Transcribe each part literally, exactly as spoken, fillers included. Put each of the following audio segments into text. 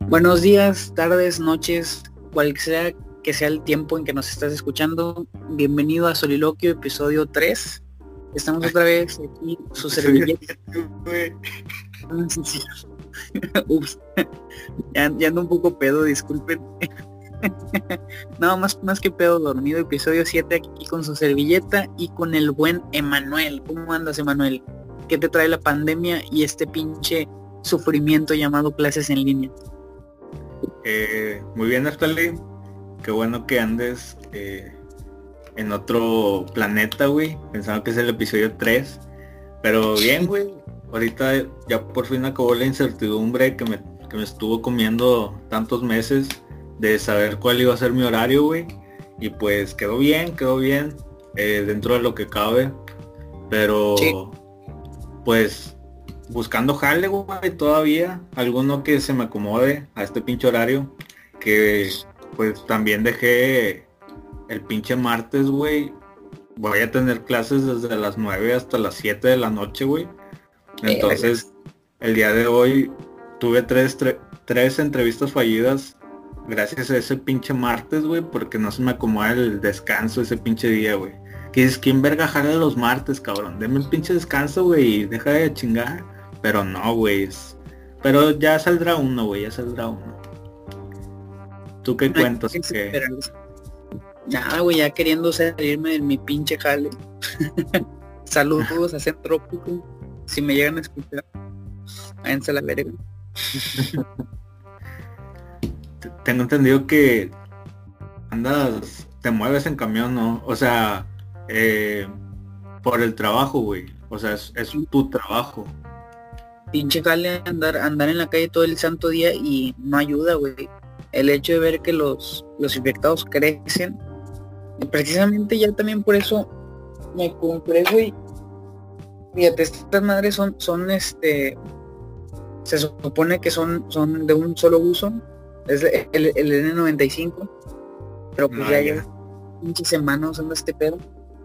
Buenos días, tardes, noches, cual sea que sea el tiempo en que nos estás escuchando. Bienvenido a Soliloquio, episodio tres. Estamos otra vez aquí, su servilleta. Ups, ya, ya ando un poco pedo, disculpen. No, más, más que pedo, dormido. Episodio siete aquí con su servilleta y con el buen Emanuel. ¿Cómo andas, Emanuel? ¿Qué te trae la pandemia y este pinche sufrimiento llamado clases en línea? Eh, muy bien, Naftali. Qué bueno que andes eh, en otro planeta, güey. Pensaba que es el episodio tres. Pero bien, güey. Ahorita ya por fin acabó la incertidumbre que me, que me estuvo comiendo tantos meses de saber cuál iba a ser mi horario, güey. Y pues quedó bien, quedó bien. Eh, dentro de lo que cabe. Pero Sí. pues buscando jale, güey, todavía. Alguno que se me acomode a este pinche horario. Que pues también dejé el pinche martes, güey. Voy a tener clases desde las nueve hasta las siete de la noche, güey. Entonces, el día de hoy tuve tres, tre- tres entrevistas fallidas gracias a ese pinche martes, güey, porque no se me acomoda el descanso ese pinche día, güey. Que dices, ¿quién verga jala los martes, cabrón? Deme el pinche descanso, güey, y deja de chingar. Pero no, güey. es- Pero ya saldrá uno, güey, ya saldrá uno. ¿Tú qué No hay cuentas? que ¿Qué? esperarse. Nada, güey, ya queriendo salirme de mi pinche jale. Saludos a Centrópico. Si me llegan a escuchar, váyanse a la verga. Tengo entendido que andas, te mueves en camión, ¿no? O sea, eh, por el trabajo, güey. O sea, es, es tu trabajo. Pinche jale andar, andar en la calle todo el santo día y no ayuda, güey. El hecho de ver que los, los infectados crecen. Y precisamente ya también por eso me compré, güey. Fíjate, estas madres son, son este. Se supone que son, son de un solo uso. Es el, el N noventa y cinco. Pero pues No, ya ya. llevo pinche semana usando este pedo.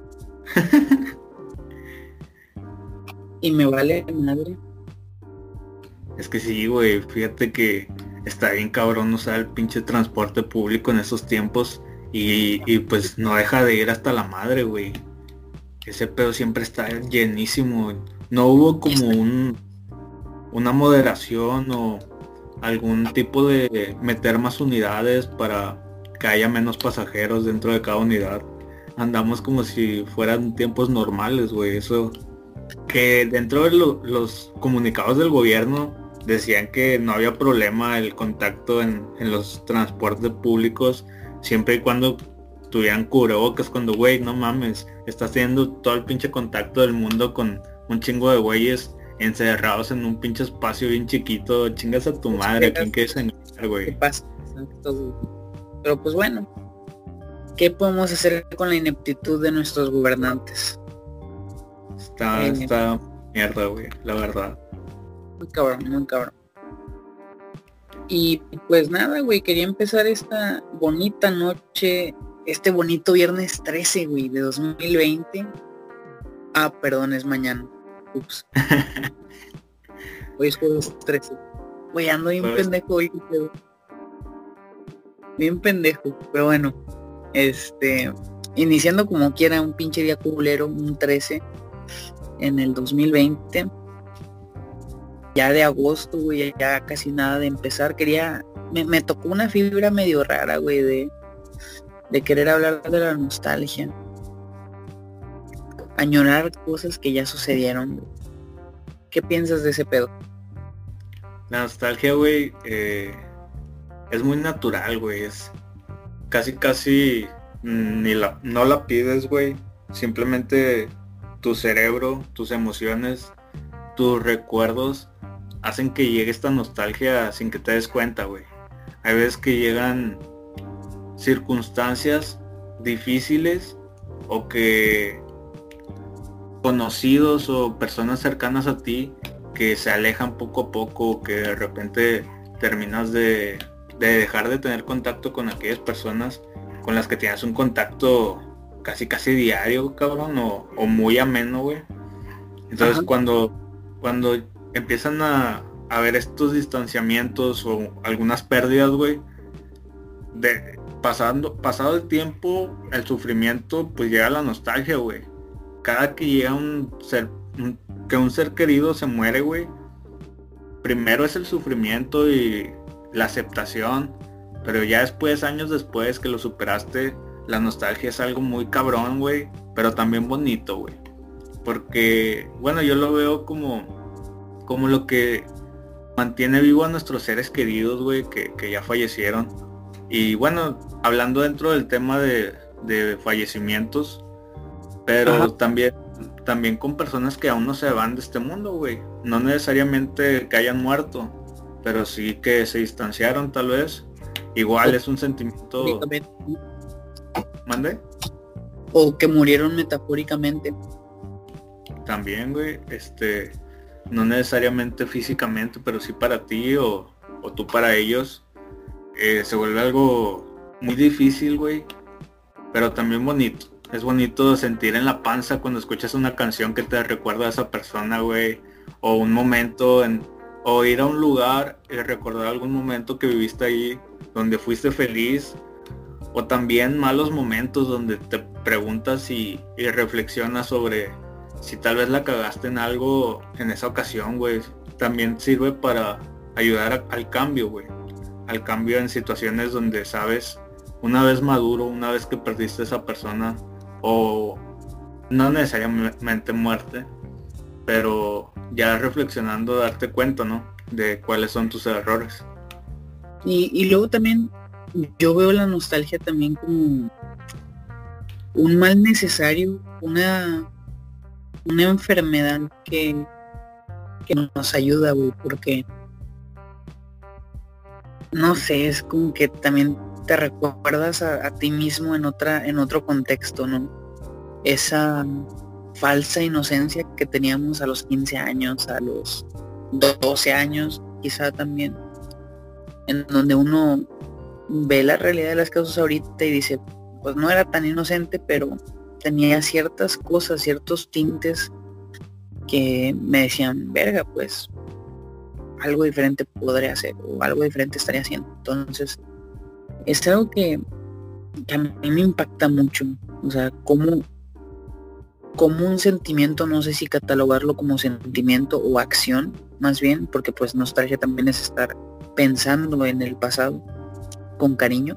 Y me vale madre. Es que sí, güey. Fíjate que está bien cabrón usar el pinche transporte público en esos tiempos. Y, y pues no deja de ir hasta la madre, güey. Ese pedo siempre está llenísimo. No hubo como un una moderación o algún tipo de meter más unidades para que haya menos pasajeros dentro de cada unidad. Andamos como si fueran tiempos normales, güey. Eso que dentro de lo- los comunicados del gobierno decían que no había problema el contacto en, en los transportes públicos siempre y cuando tuvieran cubrebocas. Cuando, güey, no mames, estás teniendo todo el pinche contacto del mundo con un chingo de güeyes encerrados en un pinche espacio bien chiquito. Chingas a tu madre, ¿a quién quieres engañar, ¿Qué güey? pasa? Exacto, güey. Pero pues bueno, ¿qué podemos hacer con la ineptitud de nuestros gobernantes? Está, Eh, está mierda, güey, la verdad. muy cabrón, muy cabrón. Y pues nada, güey, quería empezar esta bonita noche, este bonito viernes trece, güey, de dos mil veinte. Ah, perdón, es mañana. Ups. Hoy es jueves trece. Güey, ando bien Jueves. pendejo hoy, güey. Bien pendejo, pero bueno. Este, iniciando como quiera un pinche día culero, un trece en el dos mil veinte. Ya de agosto, güey, ya casi nada de empezar. Quería, me, me tocó una fibra medio rara, güey, de, de querer hablar de la nostalgia. Añorar cosas que ya sucedieron, güey. ¿Qué piensas de ese pedo? La nostalgia, güey, eh, es muy natural, güey. Es casi, casi mm, ni la, no la pides, güey. Simplemente tu cerebro, tus emociones, tus recuerdos hacen que llegue esta nostalgia sin que te des cuenta, güey. Hay veces que llegan circunstancias difíciles o que conocidos o personas cercanas a ti que se alejan poco a poco, que de repente terminas de, de dejar de tener contacto con aquellas personas con las que tienes un contacto casi casi diario, cabrón, o, o muy ameno, güey. Entonces Ajá. cuando cuando empiezan a, haber estos distanciamientos o algunas pérdidas, güey, de pasando, pasado el tiempo, el sufrimiento, pues llega la nostalgia, güey. Cada que llega un ser, un, que un ser querido se muere, güey, primero es el sufrimiento y la aceptación, pero ya después, años después que lo superaste, la nostalgia es algo muy cabrón, güey, pero también bonito, güey. Porque, bueno, yo lo veo como, como lo que mantiene vivo a nuestros seres queridos, güey, que, que ya fallecieron. Y bueno, hablando dentro del tema de, de fallecimientos, pero Ajá. también también con personas que aún no se van de este mundo, güey. No necesariamente que hayan muerto, pero sí que se distanciaron tal vez. Igual o es un sentimiento... ¿Mande? O que murieron metafóricamente. También, güey, este... no necesariamente físicamente, pero sí para ti o, o tú para ellos. Eh, se vuelve algo muy difícil, güey, pero también bonito. Es bonito sentir en la panza cuando escuchas una canción que te recuerda a esa persona, güey, o un momento, en, o ir a un lugar y recordar algún momento que viviste ahí, donde fuiste feliz, o también malos momentos donde te preguntas y, y reflexionas sobre si tal vez la cagaste en algo en esa ocasión, güey. También sirve para ayudar a, al cambio, güey, al cambio en situaciones donde sabes, una vez maduro, una vez que perdiste a esa persona, o no necesariamente muerte, pero ya reflexionando darte cuenta, ¿no?, de cuáles son tus errores. Y, y luego también yo veo la nostalgia también como un mal necesario, una una enfermedad que, que nos ayuda, güey, porque no sé, es como que también te recuerdas a, a ti mismo en otra, en otro contexto, ¿no? Esa falsa inocencia que teníamos a los quince años, a los doce años, quizá también, en donde uno ve la realidad de las cosas ahorita y dice, pues no era tan inocente, pero tenía ciertas cosas, ciertos tintes que me decían, verga, pues algo diferente podría hacer o algo diferente estaría haciendo. Entonces es algo que, que a mí me impacta mucho, o sea, como como un sentimiento, no sé si catalogarlo como sentimiento o acción, más bien, porque pues nostalgia también es estar pensando en el pasado con cariño,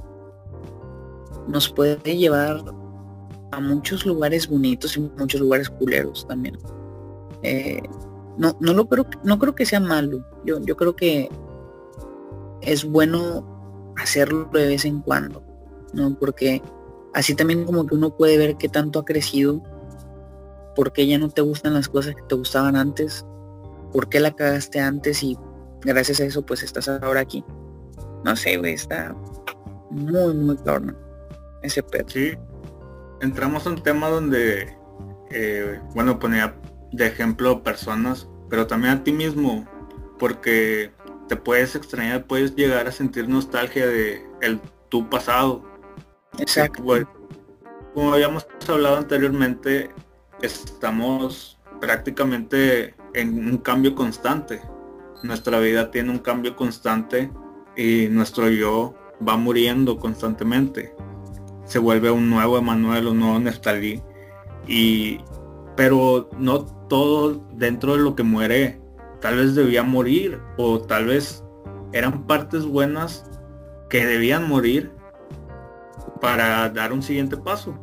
nos puede llevar a muchos lugares bonitos y muchos lugares culeros también. Eh, no, no lo creo, no creo que sea malo. Yo, yo creo que es bueno hacerlo de vez en cuando, ¿no? Porque así también como que uno puede ver qué tanto ha crecido, por qué ya no te gustan las cosas que te gustaban antes, por qué la cagaste antes y gracias a eso pues estás ahora aquí. No sé, güey, está muy, muy claro, ¿no?, ese pedo. Sí, entramos a un tema donde, eh, bueno, ponía de ejemplo personas, pero también a ti mismo, porque te puedes extrañar, puedes llegar a sentir nostalgia de el tu pasado. Exacto. Bueno, como habíamos hablado anteriormente, estamos prácticamente en un cambio constante. Nuestra vida tiene un cambio constante y nuestro yo va muriendo constantemente. Se vuelve un nuevo Emanuel, un nuevo Neftalí, y pero no todo dentro de lo que muere tal vez debía morir, o tal vez eran partes buenas que debían morir para dar un siguiente paso.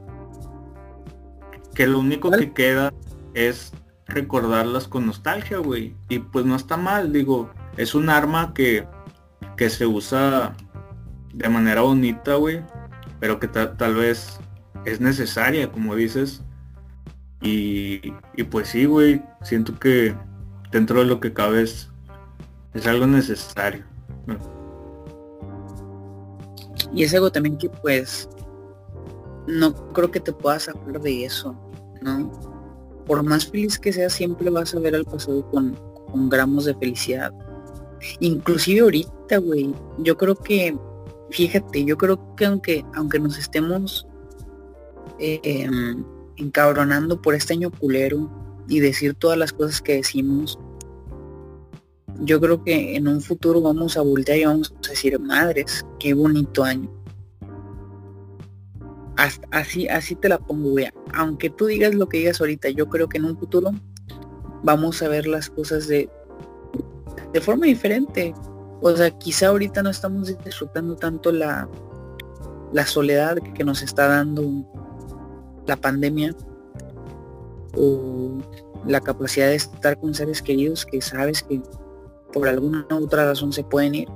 Que lo único ¿Cuál? que queda es recordarlas con nostalgia, güey. Y pues no está mal, digo, es un arma que, que se usa de manera bonita, güey, pero que ta- tal vez es necesaria, como dices. Y, y pues sí, güey, siento que dentro de lo que cabe es, es algo necesario, ¿no? Y es algo también que pues no creo que te puedas hablar de eso, ¿no? Por más feliz que seas, siempre vas a ver al pasado con, con gramos de felicidad. Inclusive ahorita, güey, yo creo que, fíjate, yo creo que aunque, aunque nos estemos eh, eh, encabronando por este año culero y decir todas las cosas que decimos, yo creo que en un futuro vamos a voltear y vamos a decir, madres, qué bonito año. Hasta, así, así te la pongo, güey. Aunque tú digas lo que digas ahorita, yo creo que en un futuro vamos a ver las cosas de, de forma diferente. O sea, quizá ahorita no estamos disfrutando tanto la, la soledad que nos está dando la pandemia, o la capacidad de estar con seres queridos que sabes que por alguna u otra razón se pueden ir.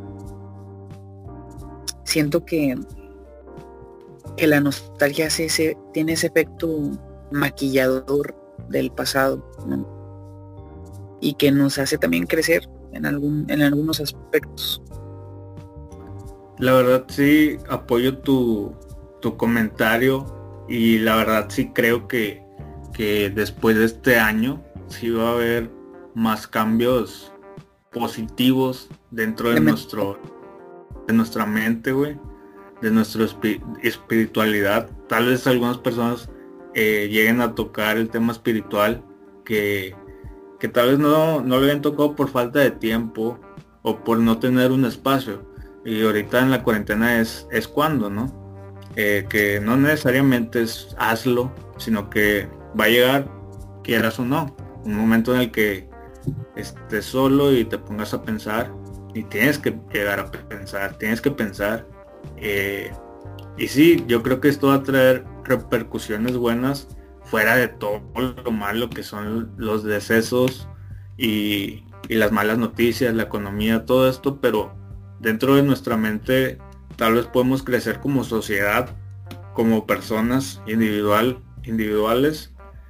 Siento que que la nostalgia hace ese, tiene ese efecto maquillador del pasado, ¿no? Y que nos hace también crecer en algún en algunos aspectos. La verdad sí apoyo tu, tu comentario, y la verdad sí creo que, que después de este año sí va a haber más cambios positivos dentro de, de nuestro de nuestra mente, güey, de nuestra espi- espiritualidad. Tal vez algunas personas eh, lleguen a tocar el tema espiritual que, que tal vez no, no le habían tocado por falta de tiempo o por no tener un espacio. Y ahorita en la cuarentena es, es cuando, ¿no? Eh, que no necesariamente es hazlo, sino que va a llegar, quieras o no, un momento en el que estés solo y te pongas a pensar, y tienes que llegar a pensar, tienes que pensar. Eh, y sí, yo creo que esto va a traer repercusiones buenas, fuera de todo lo malo que son los decesos y, y las malas noticias, la economía, todo esto, pero dentro de nuestra mente tal vez podemos crecer como sociedad, como personas individual, individuales.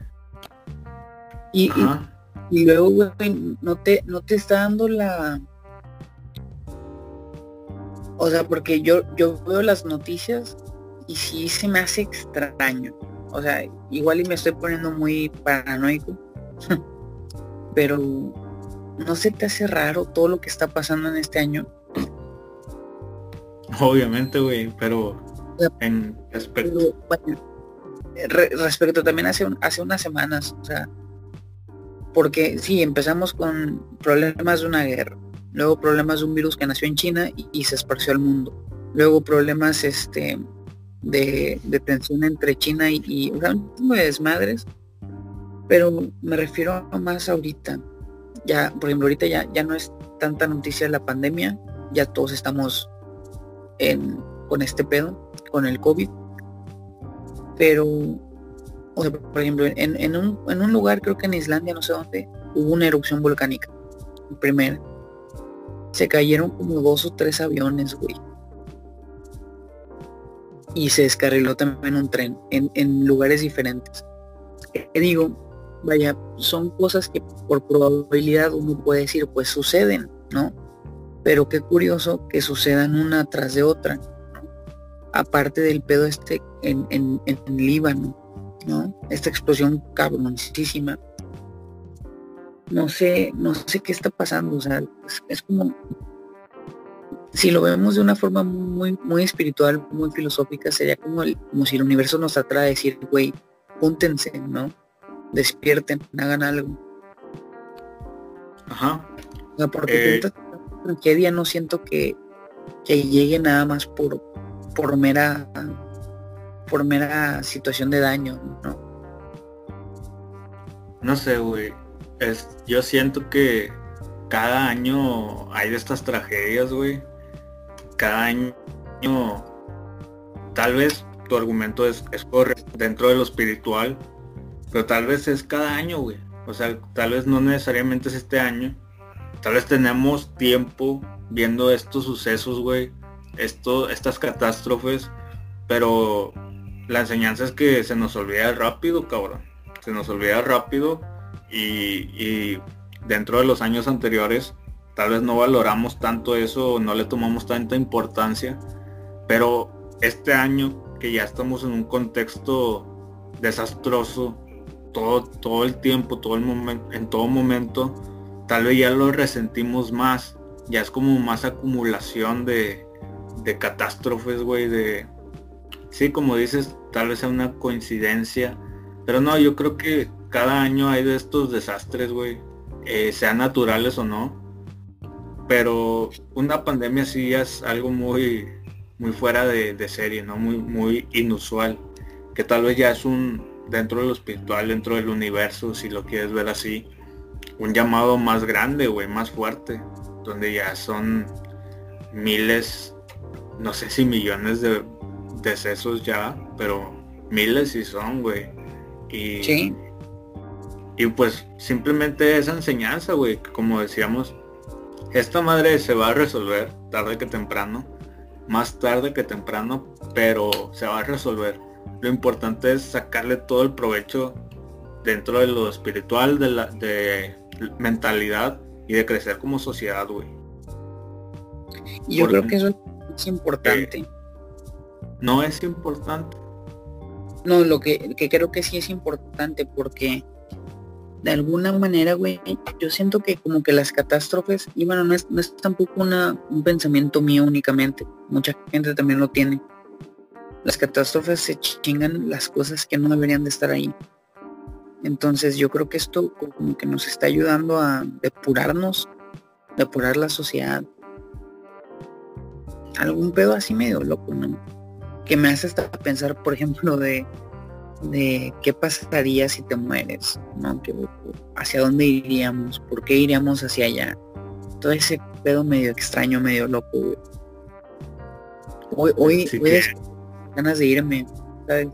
Y, y, y luego, güey, no te, no te está dando la... O sea, porque yo, yo veo las noticias y sí se me hace extraño. O sea, igual y me estoy poniendo muy paranoico. Pero ¿no se te hace raro todo lo que está pasando en este año? Obviamente, güey, pero o sea, en aspecto. Pero, bueno, re, respecto también hace, un, hace unas semanas, o sea, porque sí, empezamos con problemas de una guerra. Luego problemas de un virus que nació en China y, y se esparció al mundo. Luego problemas este de, de tensión entre China y, y o sea, un tipo de desmadres. Pero me refiero a más ahorita. Ya, por ejemplo, ahorita ya, ya no es tanta noticia de la pandemia. Ya todos estamos en, con este pedo, con el COVID. Pero, o sea, por ejemplo, en, en, un, en un lugar, creo que en Islandia, no sé dónde, hubo una erupción volcánica. Primera. Se cayeron como dos o tres aviones, güey. Y se descarriló también un tren en, en lugares diferentes. Eh, digo, vaya, son cosas que por probabilidad uno puede decir, pues suceden, ¿no? Pero qué curioso que sucedan una tras de otra, ¿no? Aparte del pedo este en, en, en Líbano, ¿no? Esta explosión cabroncísima. No sé, no sé qué está pasando, o sea, es, es como, si lo vemos de una forma muy, muy espiritual, muy filosófica, sería como, el, como si el universo nos tratara de decir, güey, júntense, ¿no? Despierten, hagan algo. Ajá. O sea, porque eh... tanta tragedia no siento que, que llegue nada más por, por mera, por mera situación de daño, ¿no? No sé, güey. Es, yo siento que cada año hay de estas tragedias, güey. Cada año, tal vez tu argumento es, es correcto dentro de lo espiritual, pero tal vez es cada año, güey. O sea, tal vez no necesariamente es este año. Tal vez tenemos tiempo viendo estos sucesos, güey. Esto, estas catástrofes, pero la enseñanza es que se nos olvida rápido, cabrón. Se nos olvida rápido. Y, y dentro de los años anteriores tal vez no valoramos tanto eso, no le tomamos tanta importancia, pero este año que ya estamos en un contexto desastroso todo, todo el tiempo, todo el momento, en todo momento, tal vez ya lo resentimos más, ya es como más acumulación de, de catástrofes, güey, de sí, como dices, tal vez sea una coincidencia, pero no, yo creo que cada año hay de estos desastres, güey, eh, sean naturales o no, pero una pandemia sí es algo muy, muy fuera de, de serie, ¿no? Muy, muy inusual, que tal vez ya es un, dentro de lo espiritual, dentro del universo, si lo quieres ver así, un llamado más grande, güey, más fuerte, donde ya son miles, no sé si millones de decesos ya, pero miles sí son, güey. Y, Sí, y pues simplemente esa enseñanza, güey, que como decíamos, esta madre se va a resolver tarde que temprano, más tarde que temprano, pero se va a resolver. Lo importante es sacarle todo el provecho dentro de lo espiritual, de la de mentalidad y de crecer como sociedad, güey. y yo creo Porque que eso es eh, importante. no es importante. No, lo que, que creo que sí es importante porque de alguna manera, güey, yo siento que como que las catástrofes, y bueno, no es, no es tampoco una, un pensamiento mío únicamente, mucha gente también lo tiene. Las catástrofes se chingan las cosas que no deberían de estar ahí. Entonces yo creo que esto como que nos está ayudando a depurarnos, depurar la sociedad. Algún pedo así medio loco, ¿no? Que me hace hasta pensar, por ejemplo, de, de qué pasaría si te mueres, ¿no? Que, hacia dónde iríamos, por qué iríamos hacia allá. Todo ese pedo medio extraño, medio loco, güey. Hoy, hoy, Así hoy que, es ganas de irme, ¿sabes?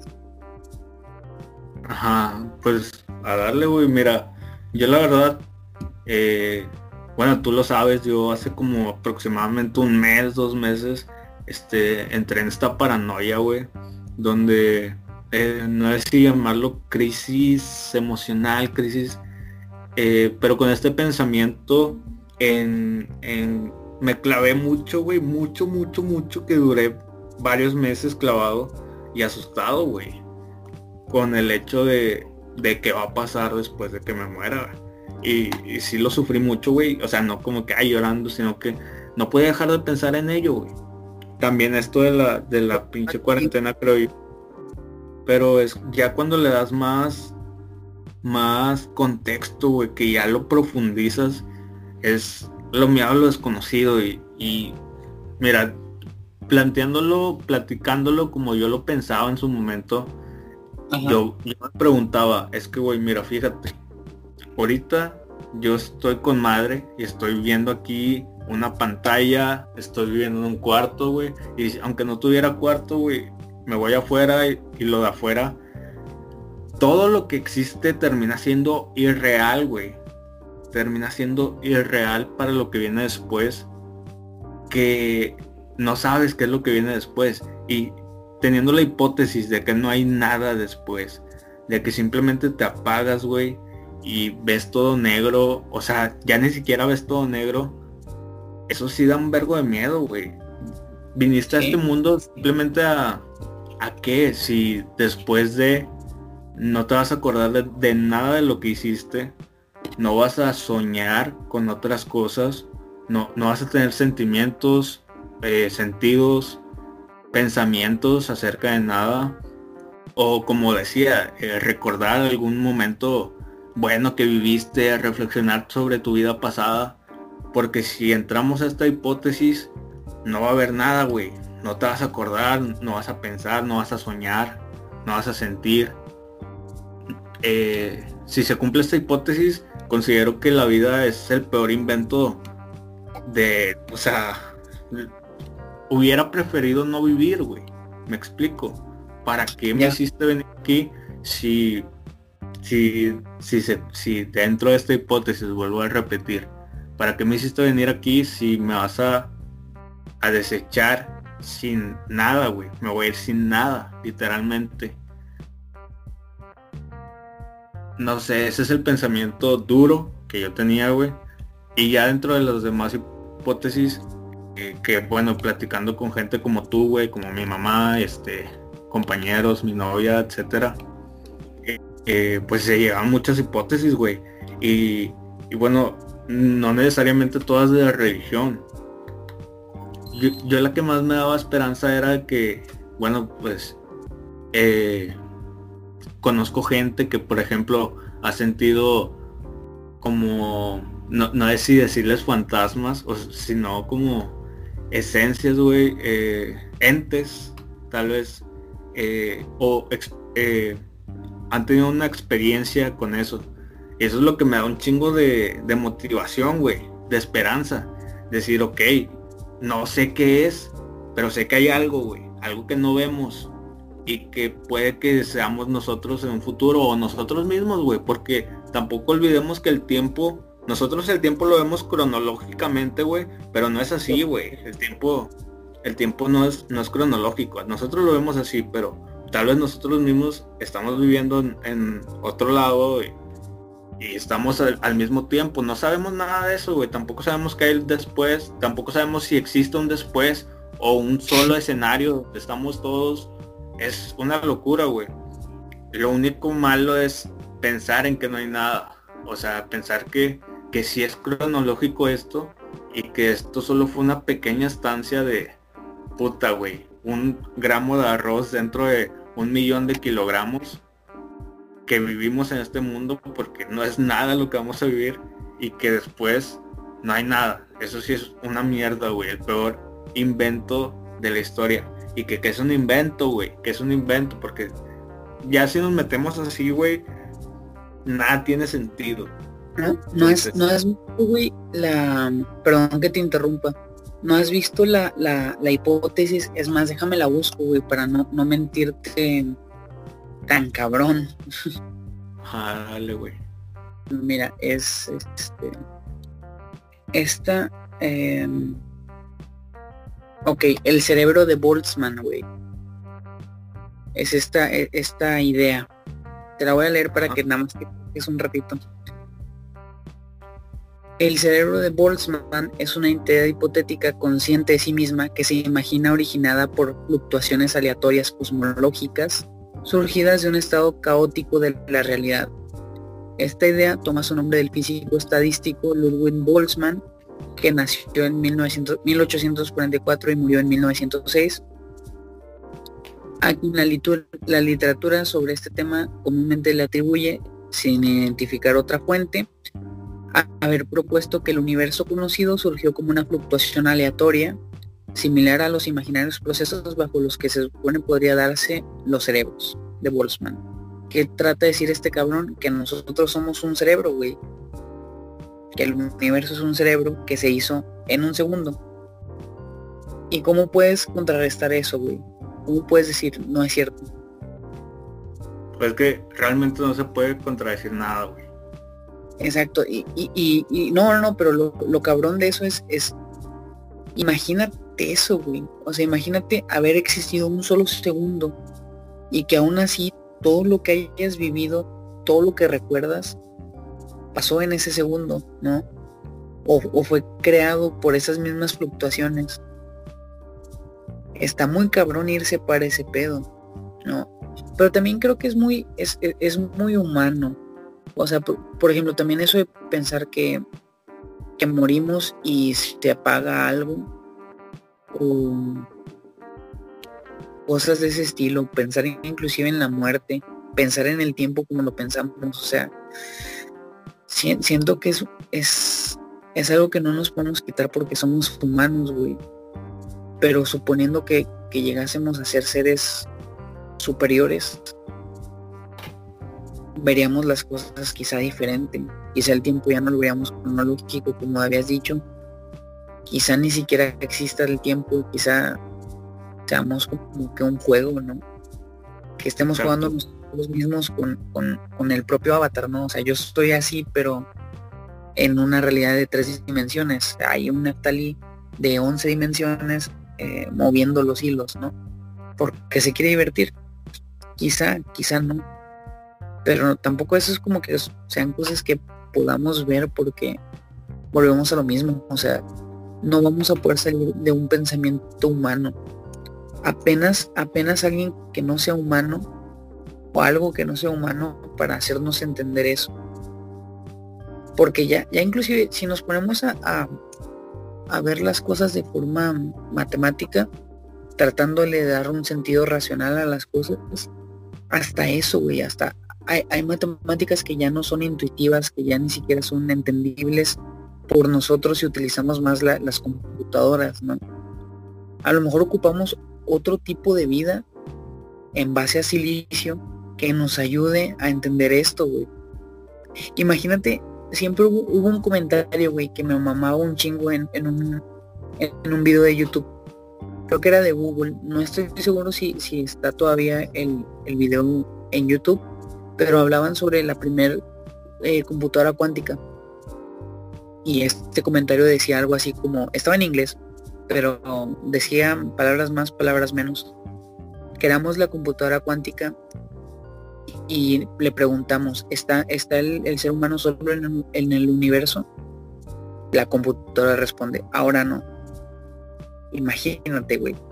ajá, pues a darle, güey. Mira, yo la verdad, eh, bueno, tú lo sabes, yo hace como aproximadamente un mes, dos meses, este, entré en esta paranoia, güey, donde eh, no sé si llamarlo crisis emocional, crisis, eh, pero con este pensamiento en, en me clavé mucho, güey, mucho, mucho, mucho, que duré varios meses clavado y asustado, güey, con el hecho de, de qué va a pasar después de que me muera. Y, y sí lo sufrí mucho, güey. O sea, no como que ay llorando, sino que no pude dejar de pensar en ello, güey. También esto de la, de la pinche cuarentena, creo yo. Pero es ya cuando le das más, más contexto, güey, que ya lo profundizas, es lo miedo a lo desconocido. Y, y mira, planteándolo, platicándolo como yo lo pensaba en su momento, Ajá. yo, yo me preguntaba, es que, güey, mira, fíjate, ahorita yo estoy con madre y estoy viendo aquí una pantalla, estoy viviendo en un cuarto, güey, y aunque no tuviera cuarto, güey, me voy afuera y, y lo de afuera, todo lo que existe termina siendo irreal, güey. Termina siendo irreal para lo que viene después, que no sabes qué es lo que viene después. Y teniendo la hipótesis de que no hay nada después, de que simplemente te apagas, güey, y ves todo negro, o sea, ya ni siquiera ves todo negro, eso sí da un vergo de miedo, güey. Viniste a Sí. este mundo simplemente a, ¿a qué? Si después de no te vas a acordar de, de nada de lo que hiciste, no vas a soñar con otras cosas, no, no vas a tener sentimientos, eh, sentidos, pensamientos acerca de nada, o como decía, eh, recordar algún momento bueno que viviste, reflexionar sobre tu vida pasada, porque si entramos a esta hipótesis, no va a haber nada, güey, no te vas a acordar, no vas a pensar, no vas a soñar, no vas a sentir. Eh, si se cumple esta hipótesis, considero que la vida es el peor invento de, o sea, hubiera preferido no vivir, güey. Me explico. ¿Para qué me Ya. hiciste venir aquí si, si, si, se, si dentro de esta hipótesis, vuelvo a repetir, ¿para qué me hiciste venir aquí si me vas a, a desechar sin nada, güey? Me voy a ir sin nada, literalmente. No sé, ese es el pensamiento duro que yo tenía, güey. Y ya dentro de las demás hipótesis, eh, que bueno, platicando con gente como tú, güey, como mi mamá, este, compañeros, mi novia, etcétera, eh, eh, pues se llegan muchas hipótesis, güey. Y, y bueno, no necesariamente todas de la religión. Yo, yo la que más me daba esperanza era que, bueno, pues, eh, conozco gente que, por ejemplo, ha sentido como no, no es si decirles fantasmas, o sino como esencias, güey, eh, entes, tal vez, eh, o ex, eh, han tenido una experiencia con eso. Y eso es lo que me da un chingo de, de motivación, güey, de esperanza. Decir, ok, no sé qué es, pero sé que hay algo, güey, algo que no vemos y que puede que seamos nosotros en un futuro o nosotros mismos, güey, porque tampoco olvidemos que el tiempo, nosotros el tiempo lo vemos cronológicamente, güey, pero no es así, güey. El tiempo, el tiempo no es, no es cronológico. Nosotros lo vemos así, pero tal vez nosotros mismos estamos viviendo en, en otro lado y, y estamos al, al mismo tiempo. No sabemos nada de eso, güey. Tampoco sabemos qué hay después. Tampoco sabemos si existe un después o un solo escenario donde estamos todos. Es una locura, güey. Lo único malo es pensar en que no hay nada. O sea, pensar que, que sí es cronológico esto y que esto solo fue una pequeña estancia de puta, güey. Un gramo de arroz dentro de un millón de kilogramos que vivimos en este mundo, porque no es nada lo que vamos a vivir y que después no hay nada. Eso sí es una mierda, güey. El peor invento de la historia. Y que, que es un invento, güey, que es un invento, porque ya si nos metemos así, güey, nada tiene sentido. No, no es, no es, güey, la, perdón que te interrumpa, no has visto la, la, la hipótesis, es más, déjame la busco, güey, para no, no mentirte tan cabrón. Ah, dale, güey. Mira, es, este, esta, eh, ok, el cerebro de Boltzmann, güey. Es esta, esta idea. Te la voy a leer para Ajá. que nada más que es un ratito. El cerebro de Boltzmann es una entidad hipotética consciente de sí misma que se imagina originada por fluctuaciones aleatorias cosmológicas surgidas de un estado caótico de la realidad. Esta idea toma su nombre del físico estadístico Ludwig Boltzmann, que nació en mil ochocientos cuarenta y cuatro y murió en mil novecientos seis. A quien la, litur- la literatura sobre este tema comúnmente le atribuye, sin identificar otra fuente, a haber propuesto que el universo conocido surgió como una fluctuación aleatoria, similar a los imaginarios procesos bajo los que se supone podría darse los cerebros de Boltzmann. ¿Qué trata de decir este cabrón? Que nosotros somos un cerebro, güey. Que el universo es un cerebro que se hizo en un segundo. ¿Y cómo puedes contrarrestar eso, güey? ¿Cómo puedes decir no es cierto? Pues que realmente no se puede contradecir nada, güey. Exacto, y, y, y, y no, no, no, pero lo, lo cabrón de eso es, es, imagínate eso, güey. O sea, imagínate haber existido un solo segundo y que aún así todo lo que hayas vivido, todo lo que recuerdas, pasó en ese segundo, ¿no? O, o fue creado por esas mismas fluctuaciones. Está muy cabrón irse para ese pedo, ¿no? Pero también creo que es muy, es, es muy humano. O sea, por, por ejemplo, también eso de pensar que, que morimos y se apaga algo, o cosas de ese estilo, pensar inclusive en la muerte, pensar en el tiempo como lo pensamos, o sea, siento que es, es, es algo que no nos podemos quitar porque somos humanos, güey. Pero suponiendo que, que llegásemos a ser seres superiores, veríamos las cosas quizá diferente. Quizá el tiempo ya no lo veríamos cronológico, como habías dicho. Quizá ni siquiera exista el tiempo, quizá seamos como que un juego, ¿no? Que estemos Exacto. jugando nosotros mismos con, con, con el propio avatar, ¿no? O sea, yo estoy así, pero en una realidad de tres dimensiones. Hay un Neftali de once dimensiones eh, moviendo los hilos, ¿no? Porque se quiere divertir. Quizá, quizá no. Pero tampoco eso es como que sean cosas que podamos ver porque volvemos a lo mismo. O sea, no vamos a poder salir de un pensamiento humano. Apenas, apenas alguien que no sea humano o algo que no sea humano para hacernos entender eso. Porque ya, ya inclusive si nos ponemos a, a, a ver las cosas de forma matemática, tratándole de dar un sentido racional a las cosas, hasta eso, güey, hasta hay, hay matemáticas que ya no son intuitivas, que ya ni siquiera son entendibles por nosotros si utilizamos más la, las computadoras, ¿no? A lo mejor ocupamos otro tipo de vida en base a silicio que nos ayude a entender esto, güey. Imagínate, siempre hubo, hubo un comentario, güey, que me mamaba un chingo en, en un en un video de YouTube. Creo que era de Google. No estoy seguro si, si está todavía el, el video en YouTube, pero hablaban sobre la primer eh, computadora cuántica. Y este comentario decía algo así como, estaba en inglés, pero decía palabras más, palabras menos. Creamos la computadora cuántica y le preguntamos, ¿está, está el, el ser humano solo en el, en el universo? La computadora responde, ahora no. Imagínate, güey.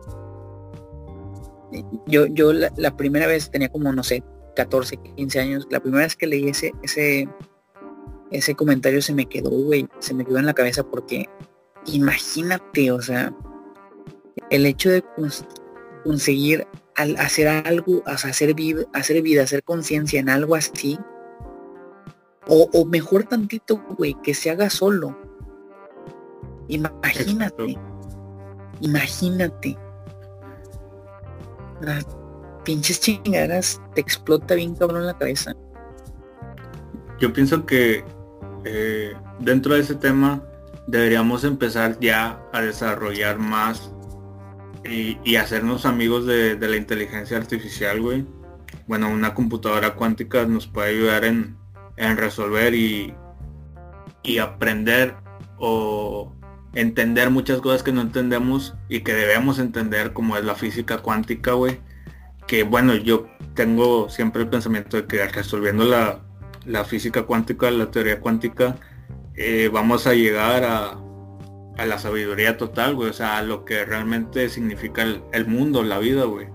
Yo, yo la, la primera vez tenía como, no sé, catorce, quince años. La primera vez que leí ese, ese, ese comentario se me quedó, güey. Se me quedó en la cabeza porque imagínate, o sea, el hecho de cons- conseguir al hacer algo, o sea, hacer vida, hacer vida, hacer conciencia en algo así. O, o mejor tantito, güey, que se haga solo. Imagínate. Exacto. Imagínate. Las pinches chingaderas te explota bien cabrón la cabeza. Yo pienso que eh, dentro de ese tema deberíamos empezar ya a desarrollar más y, y hacernos amigos de, de la inteligencia artificial, güey. Bueno, una computadora cuántica nos puede ayudar en, en resolver y, y aprender o entender muchas cosas que no entendemos y que debemos entender, como es la física cuántica, güey. Que bueno, yo tengo siempre el pensamiento de que resolviendo la, la física cuántica, la teoría cuántica, eh, vamos a llegar a, a la sabiduría total, güey. O sea, a lo que realmente significa el, el mundo, la vida, güey.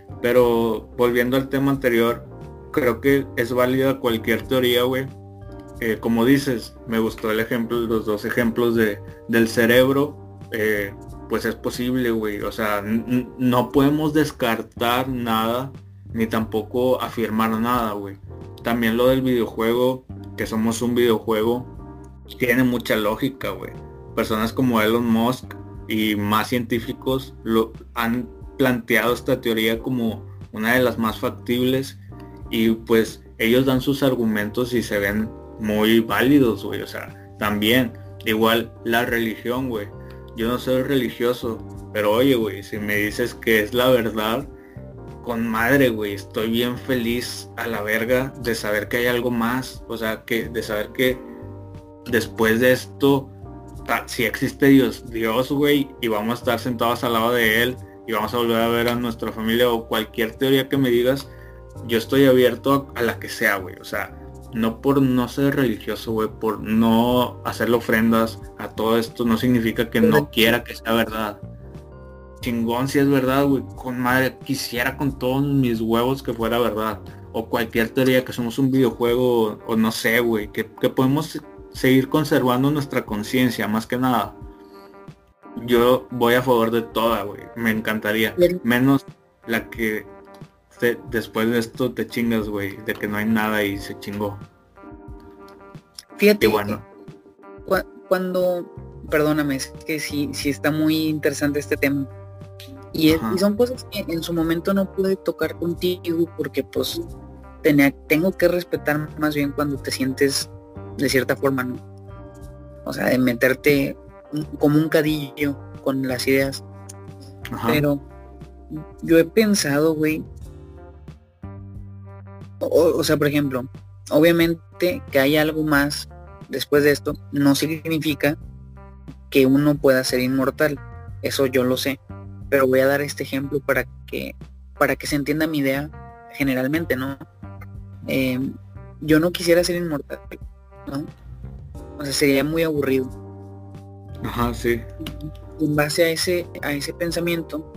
Pero volviendo al tema anterior, creo que es válida cualquier teoría, güey. Eh, como dices, me gustó el ejemplo, los dos ejemplos de, del cerebro, eh, pues es posible, güey. O sea, n- no podemos descartar nada, ni tampoco afirmar nada, güey. También lo del videojuego, que somos un videojuego, tiene mucha lógica, güey. Personas como Elon Musk y más científicos lo han planteado esta teoría como una de las más factibles y pues ellos dan sus argumentos y se ven muy válidos, güey. O sea, también igual la religión, güey. Yo no soy religioso, pero oye, güey, si me dices que es la verdad, con madre, güey, estoy bien feliz a la verga de saber que hay algo más. O sea, que de saber que después de esto, si existe Dios, Dios, güey, y vamos a estar sentados al lado de él y vamos a volver a ver a nuestra familia o cualquier teoría que me digas, yo estoy abierto a, a la que sea, güey. O sea, no por no ser religioso, güey, por no hacerle ofrendas a todo esto, no significa que no quiera que sea verdad. Chingón si es verdad, güey, con madre, quisiera con todos mis huevos que fuera verdad. O cualquier teoría, que somos un videojuego, o no sé, güey, que, que podemos seguir conservando nuestra conciencia, más que nada. Yo voy a favor de toda, güey, me encantaría. Menos la que te, después de esto te chingas, güey, de que no hay nada y se chingó. Fíjate, y bueno, cu- cuando, perdóname, es que sí, sí está muy interesante este tema. Y, es, y son cosas que en su momento no pude tocar contigo porque pues tenía, tengo que respetar más bien cuando te sientes de cierta forma, ¿no? O sea, de meterte un, como un cadillo con las ideas. Ajá. Pero yo he pensado, güey, o, o sea, por ejemplo, obviamente que hay algo más después de esto, no significa que uno pueda ser inmortal. Eso yo lo sé. Pero voy a dar este ejemplo para que para que se entienda mi idea generalmente, ¿no? Eh, yo no quisiera ser inmortal, ¿no? O sea, sería muy aburrido. Ajá, sí. Y en base a ese a ese pensamiento,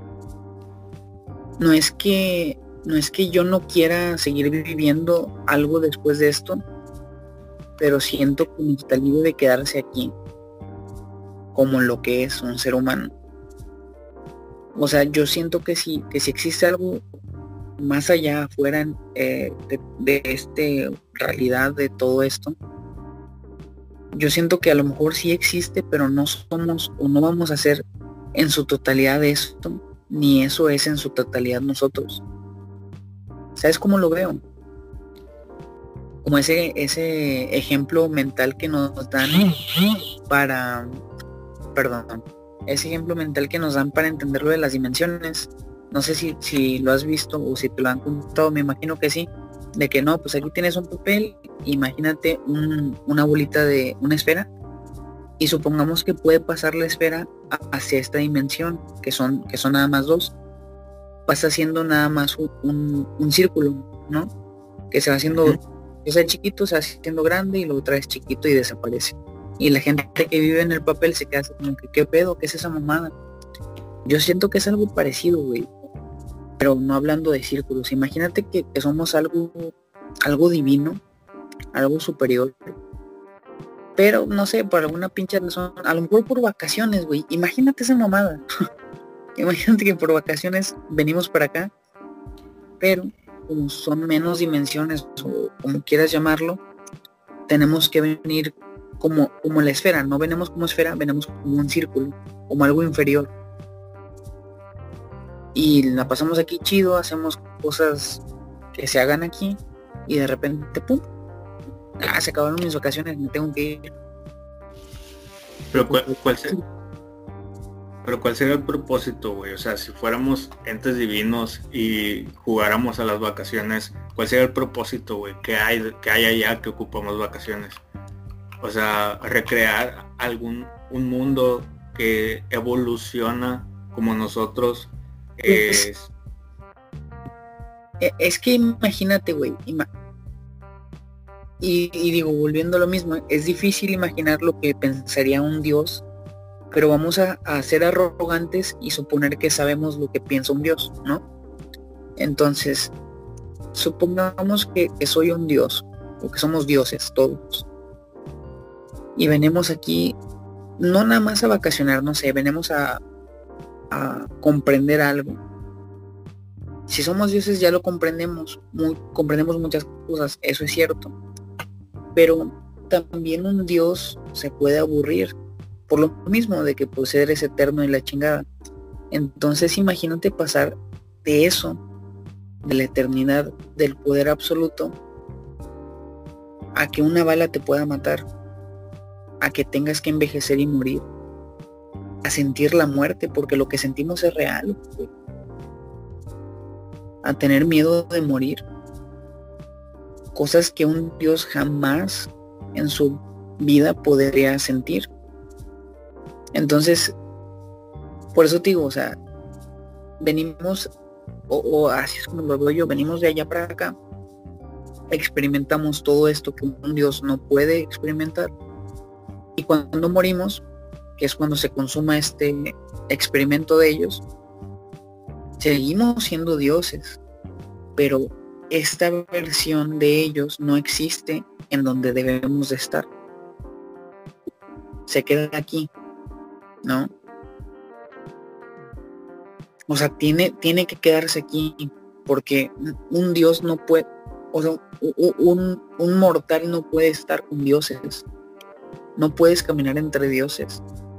no es que no es que yo no quiera seguir viviendo algo después de esto, pero siento que me está libre de quedarse aquí como lo que es un ser humano. O sea, yo siento que si, que si existe algo más allá, afuera eh, de, de esta realidad, de todo esto, yo siento que a lo mejor sí existe, pero no somos o no vamos a ser en su totalidad esto, ni eso es en su totalidad nosotros. ¿Sabes cómo lo veo? Como ese, ese ejemplo mental que nos dan para, perdón, ese ejemplo mental que nos dan para entender lo de las dimensiones. No sé si, si lo has visto o si te lo han contado, me imagino que sí, de que no, pues aquí tienes un papel, imagínate un, una bolita de una esfera, y supongamos que puede pasar la esfera hacia esta dimensión, que son, que son nada más dos, vas haciendo nada más un, un, un círculo, ¿no? Que se va haciendo, o sea, chiquito, se va haciendo grande y luego otra vez chiquito y desaparece. Y la gente que vive en el papel se queda así como que, ¿qué pedo? ¿Qué es esa mamada? Yo siento que es algo parecido, güey. Pero no hablando de círculos. Imagínate que, que somos algo, algo divino, algo superior. Pero, no sé, por alguna pinche razón, a lo mejor por vacaciones, güey. Imagínate esa mamada. Imagínate que por vacaciones venimos para acá, pero como son menos dimensiones, o como quieras llamarlo, tenemos que venir como, como la esfera. No venimos como esfera, venimos como un círculo, como algo inferior. Y la pasamos aquí chido, hacemos cosas que se hagan aquí, y de repente, pum, ah, se acabaron mis vacaciones, me tengo que ir. Pero cuál, cuál sería, pero cuál sería el propósito, güey. O sea, si fuéramos entes divinos y jugáramos a las vacaciones, ¿cuál sería el propósito, güey? ¿Qué hay, qué hay allá que ocupamos vacaciones? O sea, recrear algún un mundo que evoluciona como nosotros. Es, es que imagínate, güey, ima y, y digo, volviendo a lo mismo, es difícil imaginar lo que pensaría un dios, pero vamos a, a ser arrogantes y suponer que sabemos lo que piensa un dios, ¿no? Entonces, supongamos que, que soy un dios, o que somos dioses todos, y venimos aquí, no nada más a vacacionar, no sé, venimos a a comprender algo. Si somos dioses ya lo comprendemos, muy, comprendemos muchas cosas, eso es cierto, pero también un dios se puede aburrir por lo mismo de que pues eres eterno y la chingada. Entonces imagínate pasar de eso, de la eternidad, del poder absoluto, a que una bala te pueda matar, a que tengas que envejecer y morir, a sentir la muerte, porque lo que sentimos es real, güey. A tener miedo de morir, cosas que un dios jamás en su vida podría sentir. Entonces, por eso te digo, o sea, venimos, o, o así es como lo veo yo, venimos de allá para acá, experimentamos todo esto que un dios no puede experimentar, y cuando morimos, que es cuando se consuma este experimento de ellos, seguimos siendo dioses, pero esta versión de ellos no existe en donde debemos de estar. Se queda aquí, ¿no? O sea, tiene, tiene que quedarse aquí, porque un dios no puede, o sea, un, un mortal no puede estar con dioses. No puedes caminar entre dioses.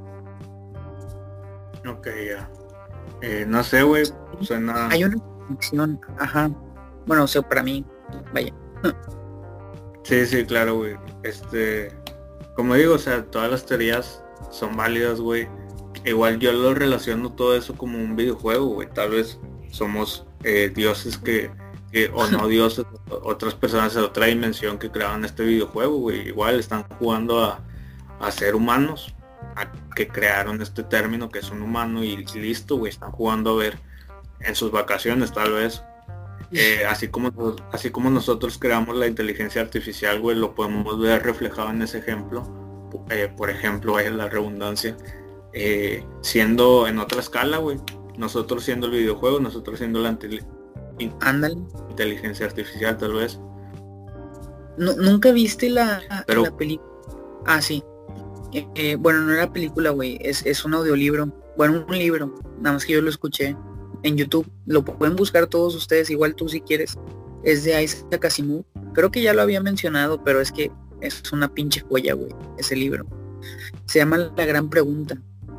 Ok, ya. Eh, no sé, güey. Suena... Hay una conexión, ajá. Bueno, o sea, para mí, vaya. Sí, sí, claro, güey. Este, como digo, o sea, todas las teorías son válidas, güey. Igual yo lo relaciono todo eso como un videojuego, güey. Tal vez somos eh, dioses que, que, o no dioses, otras personas de otra dimensión que crearon este videojuego, güey. Igual están jugando a, a ser humanos, a que crearon este término que es un humano y listo, güey. Están jugando a ver en sus vacaciones, tal vez. Eh, así como así como nosotros creamos la inteligencia artificial, güey, lo podemos ver reflejado en ese ejemplo. Eh, por ejemplo, es la redundancia. Eh, siendo en otra escala, güey. Nosotros siendo el videojuego, nosotros siendo la Ándale. inteligencia artificial, tal vez. No, ¿nunca viste la, Pero... la película? Ah, sí. Eh, eh, bueno, no era película, güey. Es, es un audiolibro. Bueno, un libro. Nada más que yo lo escuché en YouTube. Lo pueden buscar todos ustedes, igual tú si quieres. Es de Isaac Asimov. Creo que ya lo había mencionado, pero es que Es una pinche joya, güey, ese libro. Se llama La Gran Pregunta.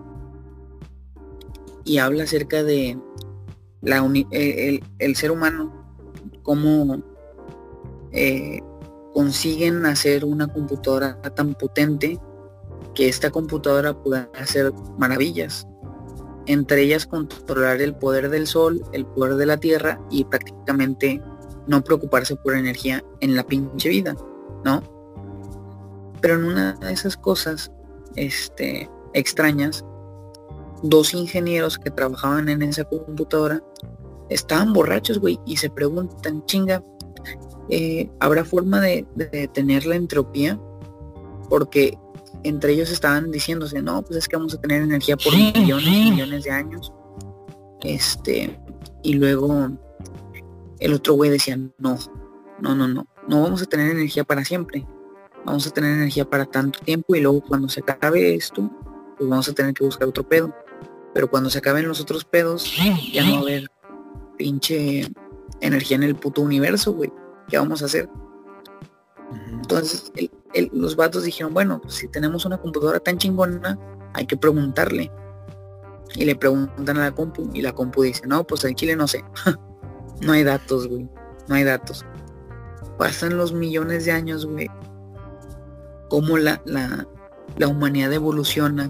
Y habla acerca de la uni- el, el ser humano, cómo eh, consiguen hacer una computadora tan potente que esta computadora pueda hacer maravillas. Entre ellas controlar el poder del sol, el poder de la tierra y prácticamente no preocuparse por energía en la pinche vida, ¿no? Pero en una de esas cosas este, extrañas, dos ingenieros que trabajaban en esa computadora estaban borrachos, güey, y se preguntan, chinga, eh, ¿habrá forma de, de detener la entropía? Porque entre ellos estaban diciéndose, no, pues es que vamos a tener energía por millones y millones de años. Este, y luego el otro güey decía, no, no, no, no, no vamos a tener energía para siempre. Vamos a tener energía para tanto tiempo y luego cuando se acabe esto, pues vamos a tener que buscar otro pedo. Pero cuando se acaben los otros pedos, ya no va a haber pinche energía en el puto universo, güey. ¿Qué vamos a hacer? Entonces el, el, los vatos dijeron, bueno, pues si tenemos una computadora tan chingona, hay que preguntarle. Y le preguntan a la compu y la compu dice, no, pues en Chile no sé. No hay datos, güey. No hay datos. Pasan los millones de años, güey. Cómo la, la, la humanidad evoluciona.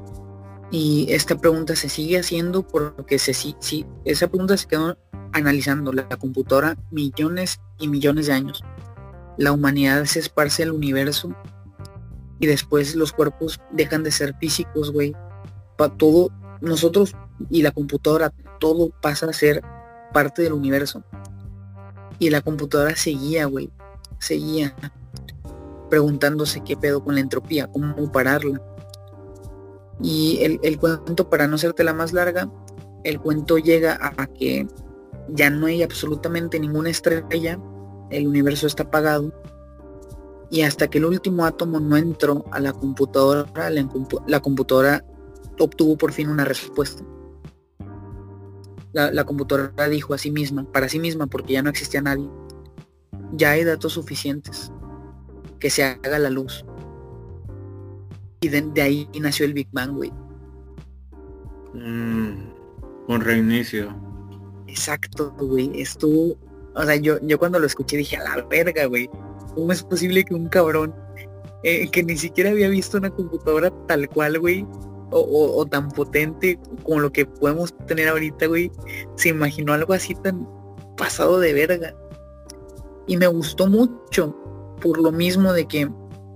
Y esta pregunta se sigue haciendo porque se, sí, sí, esa pregunta se quedó analizando la, la computadora millones y millones de años. La humanidad se esparce al universo y después los cuerpos dejan de ser físicos, güey. Para todo, nosotros y la computadora, todo pasa a ser parte del universo. Y la computadora seguía, güey, seguía preguntándose qué pedo con la entropía, cómo pararla. Y el, el cuento, para no hacerte la más larga, el cuento llega a que ya no hay absolutamente ninguna estrella, el universo está apagado, y hasta que el último átomo no entró a la computadora, la, la computadora obtuvo por fin una respuesta. La, la computadora dijo a sí misma, para sí misma, porque ya no existía nadie, ya hay datos suficientes, que se haga la luz. Y de, de ahí nació el Big Bang, güey. Mm, un reinicio. Exacto, güey. Estuvo, o sea, yo, yo cuando lo escuché dije, a la verga, güey. ¿Cómo es posible que un cabrón eh, que ni siquiera había visto una computadora tal cual, güey, o, o, o tan potente como lo que podemos tener ahorita, güey, se imaginó algo así tan pasado de verga? Y me gustó mucho por lo mismo de que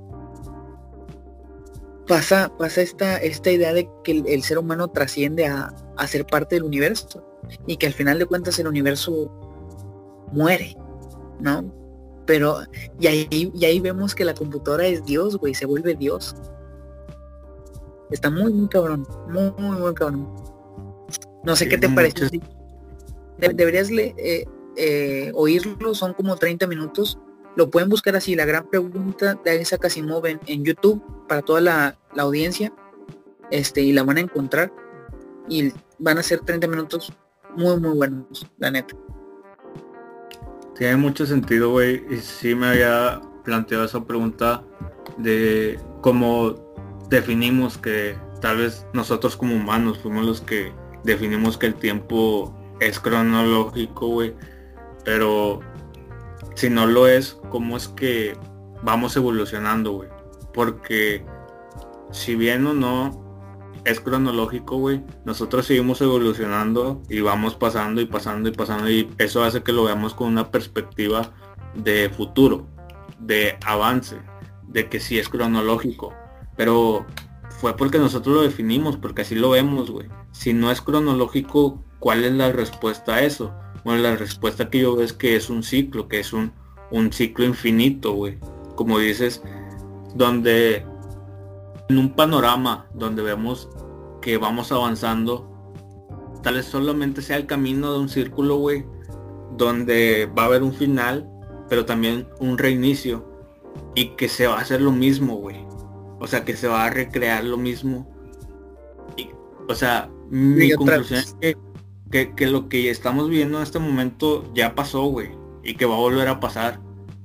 pasa, pasa esta, esta idea de que el, el ser humano trasciende a, a ser parte del universo y que al final de cuentas el universo muere, ¿no? Pero y ahí, y ahí vemos que la computadora es Dios, güey, se vuelve Dios. Está muy, muy cabrón, muy, muy, muy cabrón. No sé sí, qué te parece. Muchas... De, deberías le, eh, eh, oírlo, son como treinta minutos. Lo pueden buscar así, La Gran Pregunta de Isaac Asimov en, en YouTube para toda la, la audiencia, este, y la van a encontrar y van a ser treinta minutos muy muy buenos, la neta. Tiene mucho sentido, güey, y sí me había planteado esa pregunta de cómo definimos que tal vez nosotros como humanos fuimos los que definimos que el tiempo es cronológico, güey, pero si no lo es, ¿cómo es que vamos evolucionando, güey? Porque si bien o no es cronológico, güey, nosotros seguimos evolucionando y vamos pasando y pasando y pasando, y eso hace que lo veamos con una perspectiva de futuro, de avance, de que sí es cronológico, pero fue porque nosotros lo definimos, porque así lo vemos, güey. Si no es cronológico, ¿cuál es la respuesta a eso? Bueno, la respuesta que yo veo es que es un ciclo, que es un, un ciclo infinito, güey. Como dices, donde en un panorama donde vemos que vamos avanzando, tal vez solamente sea el camino de un círculo, güey, donde va a haber un final, pero también un reinicio, y que se va a hacer lo mismo, güey. O sea, que se va a recrear lo mismo. Y, o sea, mi conclusión es que Que, que lo que estamos viendo en este momento ya pasó, güey, y que va a volver a pasar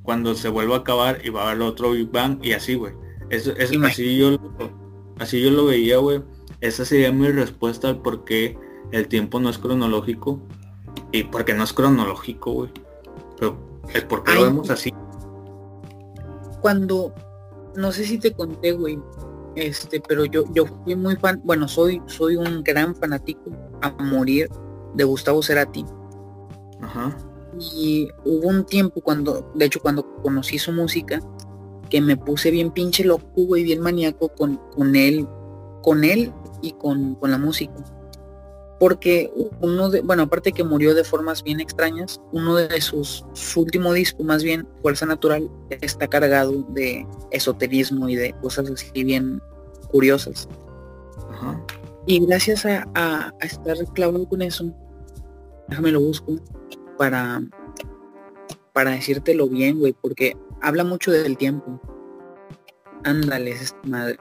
cuando se vuelva a acabar y va a haber otro Big Bang y así, güey. Eso es así yo lo, así yo lo veía, güey. Esa sería mi respuesta al por qué el tiempo no es cronológico y porque no es cronológico, güey. Pero el por qué Ay, lo vemos así. Cuando no sé si te conté, güey, este, pero yo yo fui muy fan, bueno, soy soy un gran fanático a morir de Gustavo Cerati. Ajá. Y hubo un tiempo cuando, de hecho, cuando conocí su música, que me puse bien pinche loco, güey, bien maníaco con, con él, con él y con, con la música. Porque uno de, bueno, aparte que murió de formas bien extrañas, uno de sus, su último disco, más bien, Fuerza Natural, está cargado de esoterismo y de cosas así bien curiosas. Ajá. Y gracias a, a, a estar clavado con eso, déjame lo busco para para decírtelo bien, güey, porque habla mucho del tiempo. Ándale, es esta madre.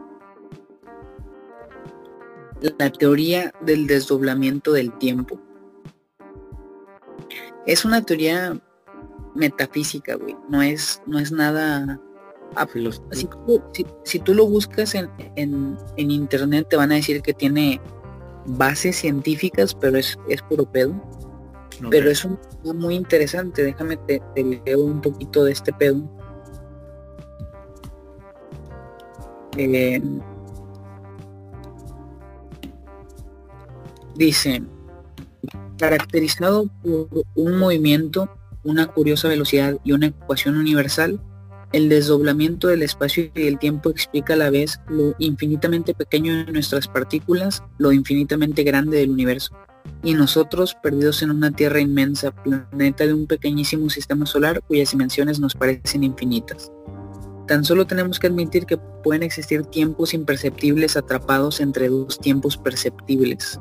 La teoría del desdoblamiento del tiempo. Es una teoría metafísica, güey. No es, no es nada. Si, si, si tú lo buscas en, en, en internet te van a decir que tiene bases científicas, pero es, es puro pedo. Okay. Pero es un tema muy interesante. Déjame te, te leo un poquito de este pedo. Eh, dice, caracterizado por un movimiento, una curiosa velocidad y una ecuación universal, el desdoblamiento del espacio y el tiempo explica a la vez lo infinitamente pequeño de nuestras partículas, lo infinitamente grande del universo. Y nosotros, perdidos en una tierra inmensa, planeta de un pequeñísimo sistema solar cuyas dimensiones nos parecen infinitas. Tan solo tenemos que admitir que pueden existir tiempos imperceptibles atrapados entre dos tiempos perceptibles.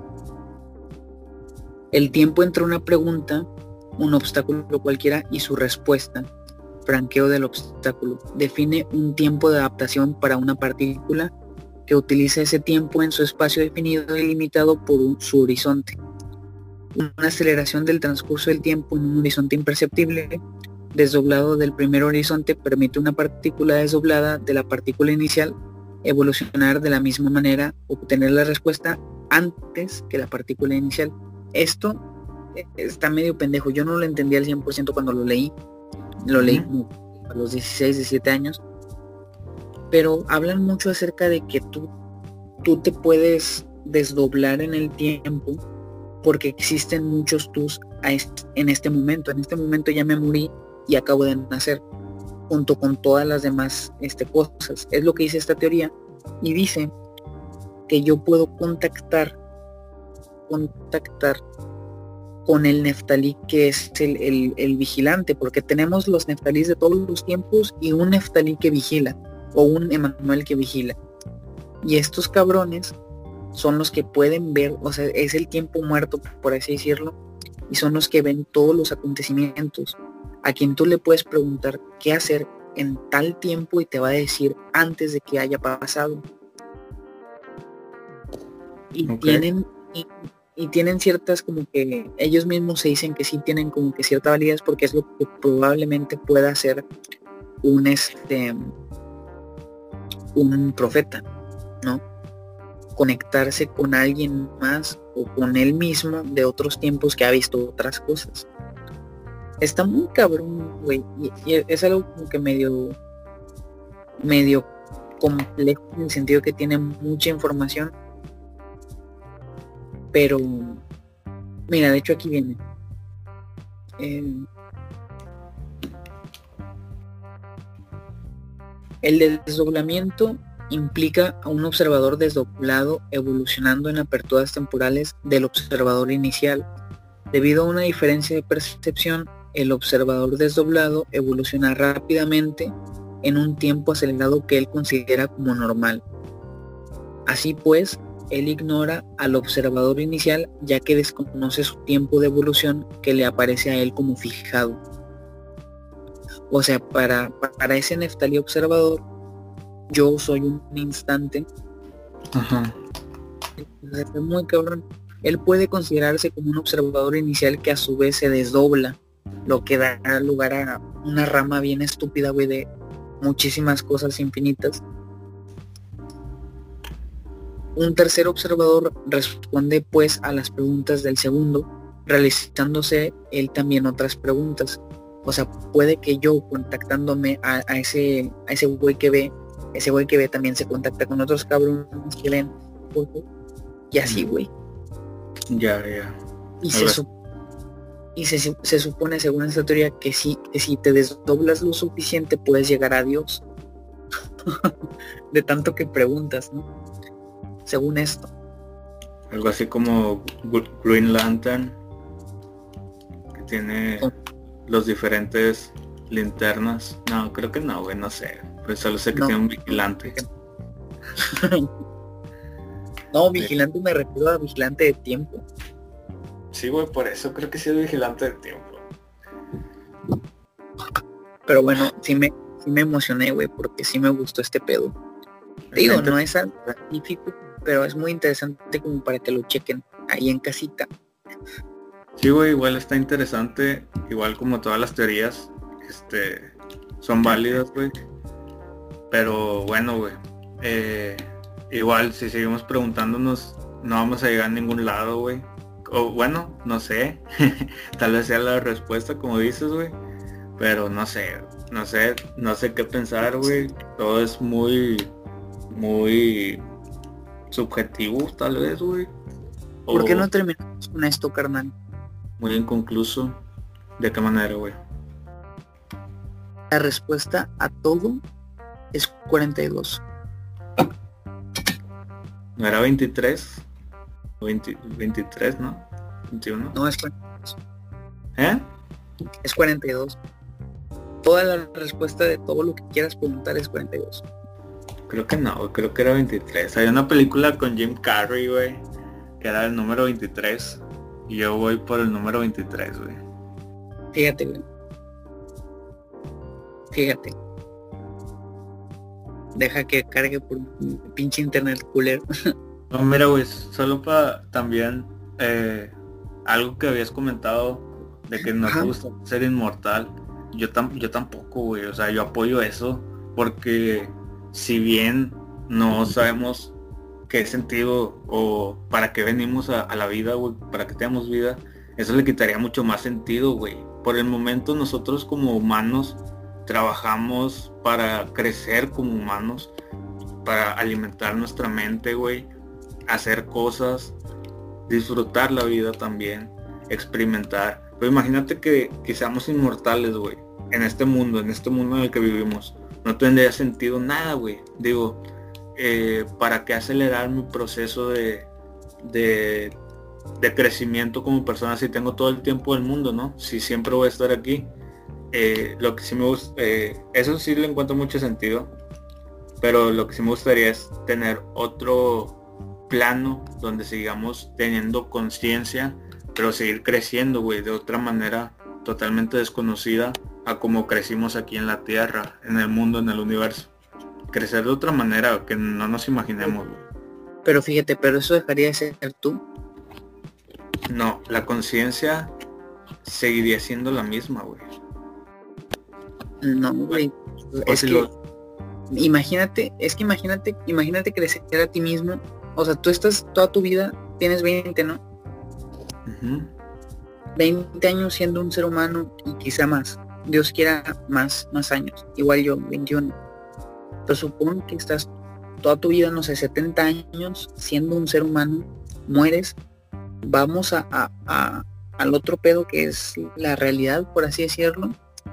El tiempo entre una pregunta, un obstáculo cualquiera y su respuesta, franqueo del obstáculo, define un tiempo de adaptación para una partícula que utiliza ese tiempo en su espacio definido y limitado por un, su horizonte. Una aceleración del transcurso del tiempo en un horizonte imperceptible, desdoblado del primer horizonte, permite a una partícula desdoblada de la partícula inicial evolucionar de la misma manera, obtener la respuesta antes que la partícula inicial. Esto está medio pendejo, yo no lo entendí al cien por ciento cuando lo leí, lo leí como a los dieciséis, diecisiete años, pero hablan mucho acerca de que tú, tú te puedes desdoblar en el tiempo porque existen muchos tus en este momento. En este momento ya me morí y acabo de nacer, junto con todas las demás este, cosas. Es lo que dice esta teoría, y dice que yo puedo contactar, contactar con el Neftalí, que es el, el, el vigilante, porque tenemos los Neftalís de todos los tiempos y un Neftalí que vigila, o un Emanuel que vigila. Y estos cabrones son los que pueden ver, o sea, es el tiempo muerto, por así decirlo, y son los que ven todos los acontecimientos, a quien tú le puedes preguntar qué hacer en tal tiempo y te va a decir antes de que haya pasado. Y okay. tienen y, y tienen ciertas, como que ellos mismos se dicen que sí tienen como que cierta validez, porque es lo que probablemente pueda hacer un este un profeta, ¿no? Conectarse con alguien más o con él mismo de otros tiempos que ha visto otras cosas. Está muy cabrón, güey, y, y es algo como que medio medio complejo, en el sentido que tiene mucha información, pero mira, de hecho aquí viene eh, el desdoblamiento implica a un observador desdoblado evolucionando en aperturas temporales del observador inicial. Debido a una diferencia de percepción, el observador desdoblado evoluciona rápidamente en un tiempo acelerado que él considera como normal. Así pues, él ignora al observador inicial, ya que desconoce su tiempo de evolución que le aparece a él como fijado. O sea, para, para ese Neftalí observador, yo soy un instante. Ajá. Es muy cabrón. Él puede considerarse como un observador inicial que a su vez se desdobla lo que da lugar a una rama bien estúpida, güey, de muchísimas cosas infinitas. Un tercer observador responde pues a las preguntas del segundo, realizándose él también otras preguntas. O sea, puede que yo contactándome a, a ese a ese güey que ve, ese güey que ve también se contacta con otros cabrones que ven, y así, güey. Ya, ya. Y se, su y se, se supone, según esta teoría, que si, que si te desdoblas lo suficiente puedes llegar a Dios. De tanto que preguntas, ¿no? Según esto. Algo así como Green Lantern, que tiene oh. los diferentes linternas. No, creo que no, güey, no sé. Pues solo sé que no. Tiene un vigilante. No, vigilante me refiero a vigilante de tiempo. Sí, güey, por eso creo que sí es vigilante de tiempo. Pero bueno, sí me, sí me emocioné, güey, porque sí me gustó este pedo. Te digo, no es algo científico, pero es muy interesante como para que lo chequen ahí en casita. Sí, güey, igual está interesante, igual como todas las teorías, este, son válidas, güey. Pero bueno, güey, eh, igual si seguimos preguntándonos, no vamos a llegar a ningún lado, güey. O bueno, no sé, tal vez sea la respuesta como dices, güey, pero no sé, no sé, no sé qué pensar, güey. Todo es muy, muy subjetivo, tal vez, güey. ¿Por qué no terminamos con esto, carnal? Muy inconcluso. ¿De qué manera, güey? La respuesta a todo es cuarenta y dos. ¿No era veintitrés? veinte, veintitrés, ¿no? veintiuno. No, es cuarenta y dos. ¿Eh? Es cuarenta y dos. Toda la respuesta de todo lo que quieras preguntar es cuarenta y dos. Creo que no, creo que era veintitrés. Hay una película con Jim Carrey, güey, que era el número veintitrés. Y yo voy por el número veintitrés, güey. Fíjate, güey. Fíjate. Deja que cargue por pinche internet culero. No, mira, güey, solo para también eh, algo que habías comentado de que no te gusta ser inmortal. Yo, tam yo tampoco, güey. O sea, yo apoyo eso porque si bien no sabemos qué sentido o para qué venimos a, a la vida, güey, para que tengamos vida, eso le quitaría mucho más sentido, güey. Por el momento nosotros como humanos trabajamos para crecer como humanos, para alimentar nuestra mente, güey, hacer cosas, disfrutar la vida también, experimentar. Pero imagínate que, que seamos inmortales, güey, en este mundo, en este mundo en el que vivimos. No tendría sentido nada, güey. Digo, eh, ¿para qué acelerar mi proceso de, de, de crecimiento como persona si tengo todo el tiempo del mundo, ¿no? Si siempre voy a estar aquí. Eh, lo que sí me gusta, eh, eso sí le encuentro mucho sentido. Pero lo que sí me gustaría es tener otro plano donde sigamos teniendo conciencia, pero seguir creciendo, güey, de otra manera totalmente desconocida a como crecimos aquí en la Tierra, en el mundo, en el universo. Crecer de otra manera que no nos imaginemos, güey. Pero fíjate, pero eso dejaría de ser tú. No, la conciencia seguiría siendo la misma, güey. No, güey. Es si que lo... imagínate, es que imagínate, imagínate crecer a ti mismo. O sea, tú estás toda tu vida, tienes veinte, ¿no? Uh-huh. veinte años siendo un ser humano y quizá más. Dios quiera más, más años. Igual yo, veintiuno. Pero supongo que estás toda tu vida, no sé, setenta años siendo un ser humano, mueres, vamos a, a, a al otro pedo que es la realidad, por así decirlo.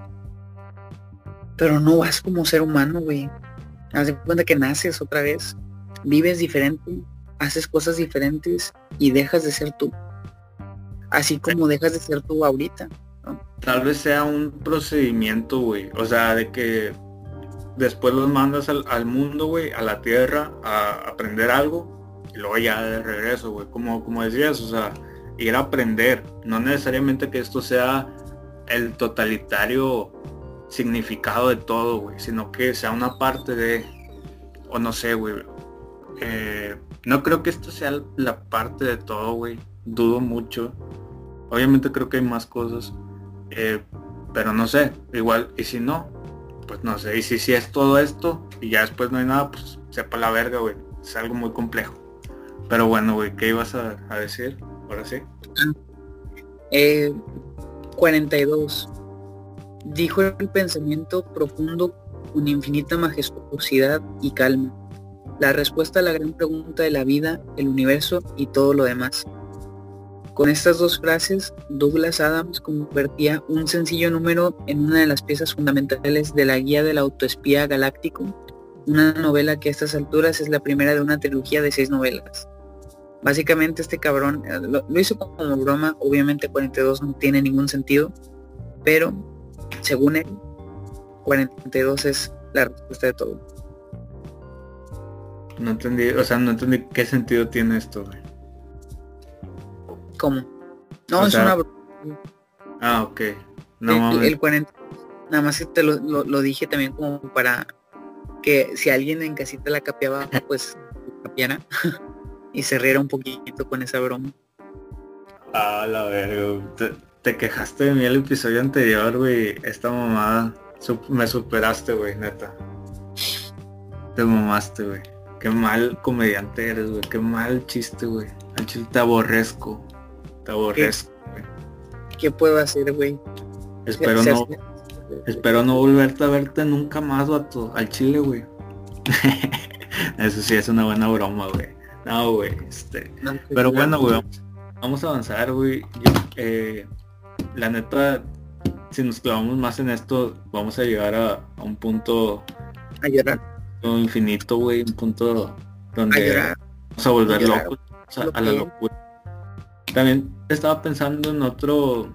Pero no vas como ser humano, güey. Haz de cuenta que naces otra vez, vives diferente, haces cosas diferentes y dejas de ser tú. Así como dejas de ser tú ahorita, ¿no? Tal vez sea un procedimiento, güey. O sea, de que después los mandas al, al mundo, güey, a la tierra, a aprender algo, y luego ya de regreso, güey. Como, como decías, o sea, ir a aprender. No necesariamente que esto sea el totalitario significado de todo, güey, sino que sea una parte de, o no sé, güey. Eh, no creo que esto sea la parte de todo, güey. Dudo mucho. Obviamente creo que hay más cosas, Eh, pero no sé, igual, y si no, pues no sé, y si si es todo esto y ya después no hay nada, pues sepa la verga, güey. Es algo muy complejo. Pero bueno, güey, ¿qué ibas a, a decir? Ahora sí. Eh, cuarenta y dos. Dijo el pensamiento profundo con infinita majestuosidad y calma. La respuesta a la gran pregunta de la vida, el universo y todo lo demás. Con estas dos frases, Douglas Adams convertía un sencillo número en una de las piezas fundamentales de la guía del autoespía galáctico, una novela que a estas alturas es la primera de una trilogía de seis novelas. Básicamente este cabrón lo, lo hizo como broma, obviamente cuarenta y dos no tiene ningún sentido, pero según él, cuarenta y dos es la respuesta de todo. No entendí, o sea, no entendí qué sentido tiene esto, güey. ¿Cómo? No, o es sea, una broma. Ah, ok. No el, mames. el cuarenta, nada más que te lo, lo, lo dije también como para que si alguien en casita la capeaba, pues capiara y se riera un poquito con esa broma. Ah, la verga. Te, te quejaste de mí el episodio anterior, güey. Esta mamada. Sup- me superaste, güey, neta. Te mamaste, güey. Qué mal comediante eres, güey. Qué mal chiste, güey. Al chile te aborrezco. Te aborrezco, güey. ¿Qué puedo hacer, güey? Espero Se no, hace- espero no volverte a verte nunca más, vato. Al chile, güey. Eso sí es una buena broma, güey. No, güey, este. No, pues, Pero bueno, no. güey, vamos, vamos a avanzar, güey. Yo, eh, la neta, si nos clavamos más en esto, vamos a llegar a, a un punto A llorar. infinito, güey, un punto A donde llorar. vamos a volver A llorar. locos, o sea, Lo a la que- locura. También estaba pensando en otro,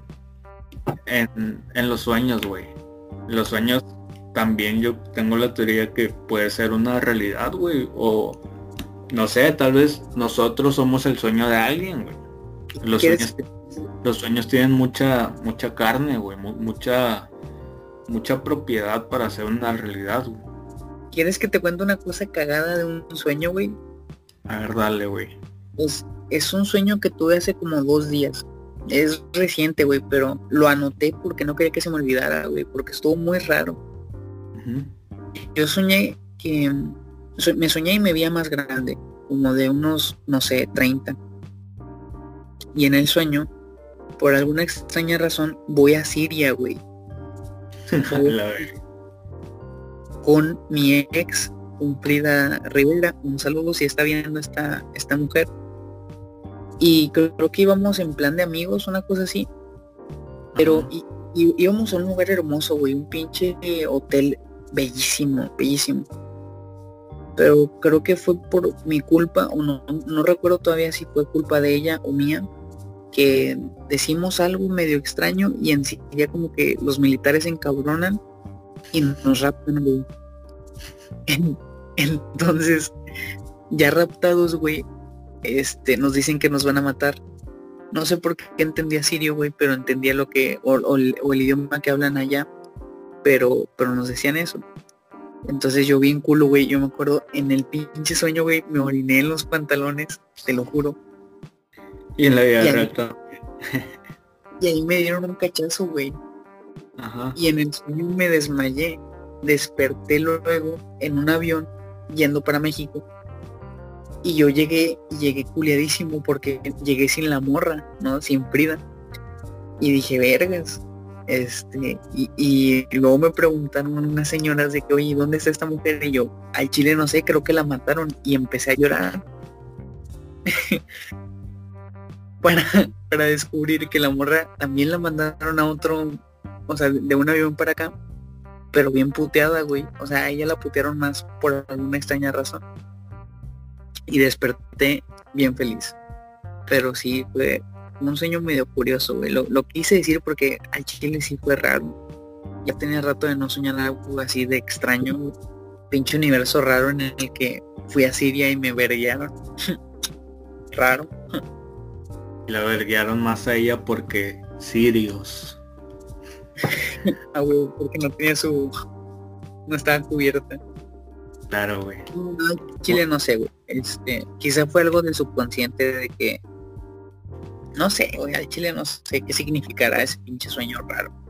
en, en los sueños, güey. Los sueños también yo tengo la teoría que puede ser una realidad, güey, o no sé, tal vez nosotros somos el sueño de alguien, güey. Los ¿Quieres- sueños, los sueños tienen mucha, mucha carne, güey, mu- mucha, mucha propiedad para hacer una realidad, güey. ¿Quieres que te cuente una cosa cagada de un sueño, güey? A ver, dale, güey. Es, es un sueño que tuve hace como dos días. Es reciente, güey, pero lo anoté porque no quería que se me olvidara, güey, porque estuvo muy raro. Ujú. Yo soñé que... so- me soñé y me veía más grande, como de unos, no sé, treinta. Y en el sueño, por alguna extraña razón, voy a Siria, güey, La verga. con mi ex, con Frida Rivera. Un saludo si está viendo esta, esta mujer. Y creo, creo que íbamos en plan de amigos, una cosa así. Pero Ajá. y, y- íbamos a un lugar hermoso, güey, un pinche hotel bellísimo, bellísimo. Pero creo que fue por mi culpa, o no, no recuerdo todavía si fue culpa de ella o mía, que decimos algo medio extraño y enseguida como que los militares se encabronan y nos raptan, güey. En- Entonces, ya raptados, güey, este, nos dicen que nos van a matar. No sé por qué entendía sirio, güey, pero entendía lo que, o, o el o el idioma que hablan allá, pero, pero nos decían eso. Entonces yo bien culo, güey, yo me acuerdo en el pinche sueño, güey, me oriné en los pantalones, te lo juro. Y en la vida Y ahí- real también. Y ahí me dieron un cachazo, güey. Ajá. Y en el sueño me desmayé. Desperté luego en un avión yendo para México. Y yo llegué, llegué culiadísimo porque llegué sin la morra, ¿no? Sin Frida. Y dije, vergas. Este, y, y luego me preguntaron unas señoras de que, oye, ¿dónde está esta mujer? Y yo, al chile no sé, creo que la mataron. Y empecé a llorar. para, para descubrir que la morra también la mandaron a otro, o sea, de un avión para acá, pero bien puteada, güey. O sea, a ella la putearon más por alguna extraña razón. Y desperté bien feliz. Pero sí fue un sueño medio curioso, güey. Lo, lo quise decir porque al chile sí fue raro. Ya tenía rato de no soñar algo así de extraño, güey. Pinche universo raro en el que fui a Siria y me verguearon. Raro. Y la verguearon más a ella porque sirios. Ah, güey, porque no tenía su... no estaba cubierta. Claro, güey. No, Chile no sé, güey. Este, quizá fue algo del subconsciente de que... No sé, güey, al chile no sé qué significará ese pinche sueño raro.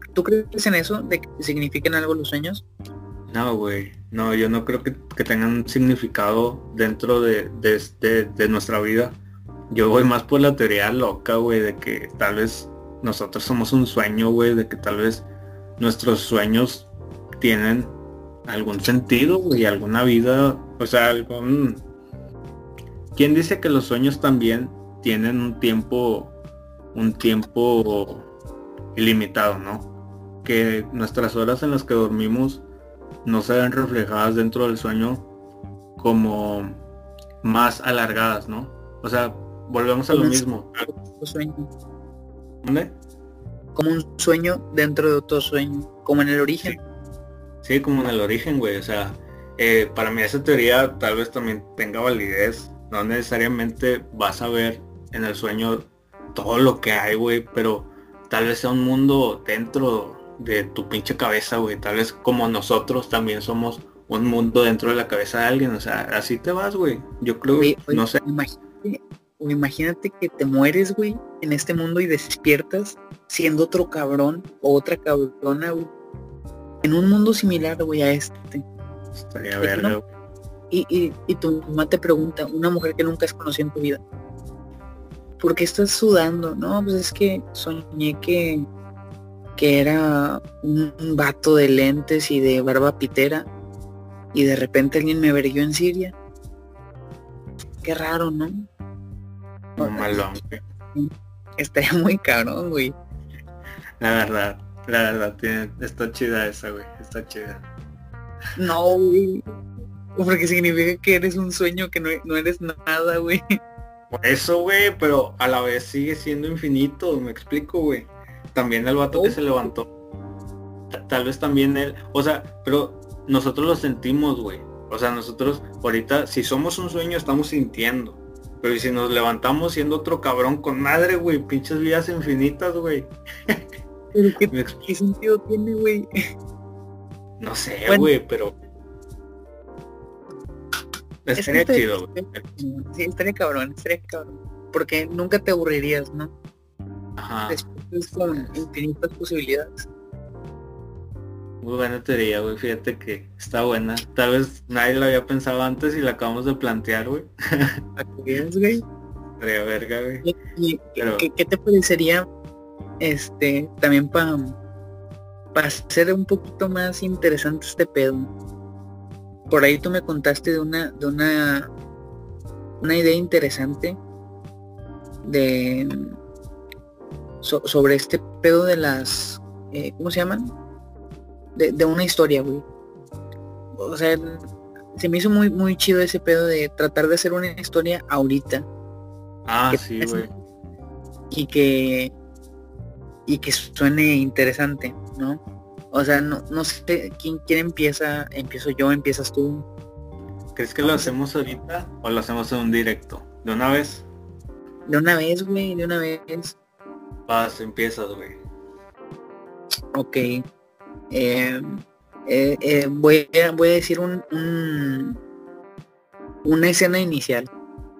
¿Tú crees en eso, de que signifiquen algo los sueños? No, güey. No, yo no creo que, que tengan un significado dentro de, de, de, de nuestra vida. Yo voy más por la teoría loca, güey, de que tal vez nosotros somos un sueño, güey, de que tal vez nuestros sueños tienen algún sentido, güey, alguna vida, o sea, algún... ¿Quién dice que los sueños también tienen un tiempo, un tiempo ilimitado, ¿no? Que nuestras horas en las que dormimos no se ven reflejadas dentro del sueño como más alargadas, ¿no? O sea, volvemos a lo mismo. Un sueño. ¿Dónde? Como un sueño dentro de otro sueño, como en el origen. Sí, sí, como en el origen, güey. O sea, eh, para mí esa teoría tal vez también tenga validez. No necesariamente vas a ver en el sueño todo lo que hay, güey, pero tal vez sea un mundo dentro de tu pinche cabeza, güey. Tal vez como nosotros también somos un mundo dentro de la cabeza de alguien. O sea, así te vas, güey. Yo creo, Oye, oye, no sé. Imagínate, o imagínate que te mueres, güey, en este mundo y despiertas siendo otro cabrón o otra cabrona, güey. En un mundo similar, güey, a este. Estaría ¿De qué verga, no? güey. Y, y, y tu mamá te pregunta, una mujer que nunca has conocido en tu vida, ¿por qué estás sudando? No, pues es que soñé que, que era un, un vato de lentes y de barba pitera y de repente alguien me verguió en Siria. Qué raro, ¿no? Un malón, güey. Estaría muy cabrón, güey. La verdad, la verdad, tiene, está chida esa, güey. Está chida. No, güey. Porque significa que eres un sueño, que no, no eres nada, güey. Por eso, güey, pero a la vez sigue siendo infinito, me explico, güey. También el vato que se levantó. Tal vez también él, o sea, pero nosotros lo sentimos, güey. O sea, nosotros ahorita, si somos un sueño, estamos sintiendo. Pero si nos levantamos siendo otro cabrón con madre, güey, pinches vidas infinitas, güey. ¿Pero qué, qué sentido tiene, güey? No sé, Bueno, güey, pero... Estaría chido, güey. Sí, estaría cabrón, estaría cabrón. Porque nunca te aburrirías, ¿no? Ajá. Después con infinitas posibilidades. Muy buena teoría, güey. Fíjate que está buena. Tal vez nadie la había pensado antes y la acabamos de plantear, güey. ¿A qué es, güey? Estaría verga, güey. ¿Y, y Pero... ¿qué, qué te parecería este también para para hacer un poquito más interesante este pedo? Por ahí tú me contaste de una de una una idea interesante de so, sobre este pedo de las eh, ¿cómo se llaman? De, de una historia, güey. O sea, se me hizo muy muy chido ese pedo de tratar de hacer una historia ahorita. Ah, que sí, güey. Y que y que suene interesante, ¿no? O sea, no, no sé quién, quién empieza, empiezo yo, empiezas tú. ¿Crees que lo hacemos ahorita o lo hacemos en un directo? ¿De una vez? De una vez, güey, de una vez. Vas, empiezas, güey. Ok. Eh, eh, eh, voy, a, voy a decir un, un una escena inicial.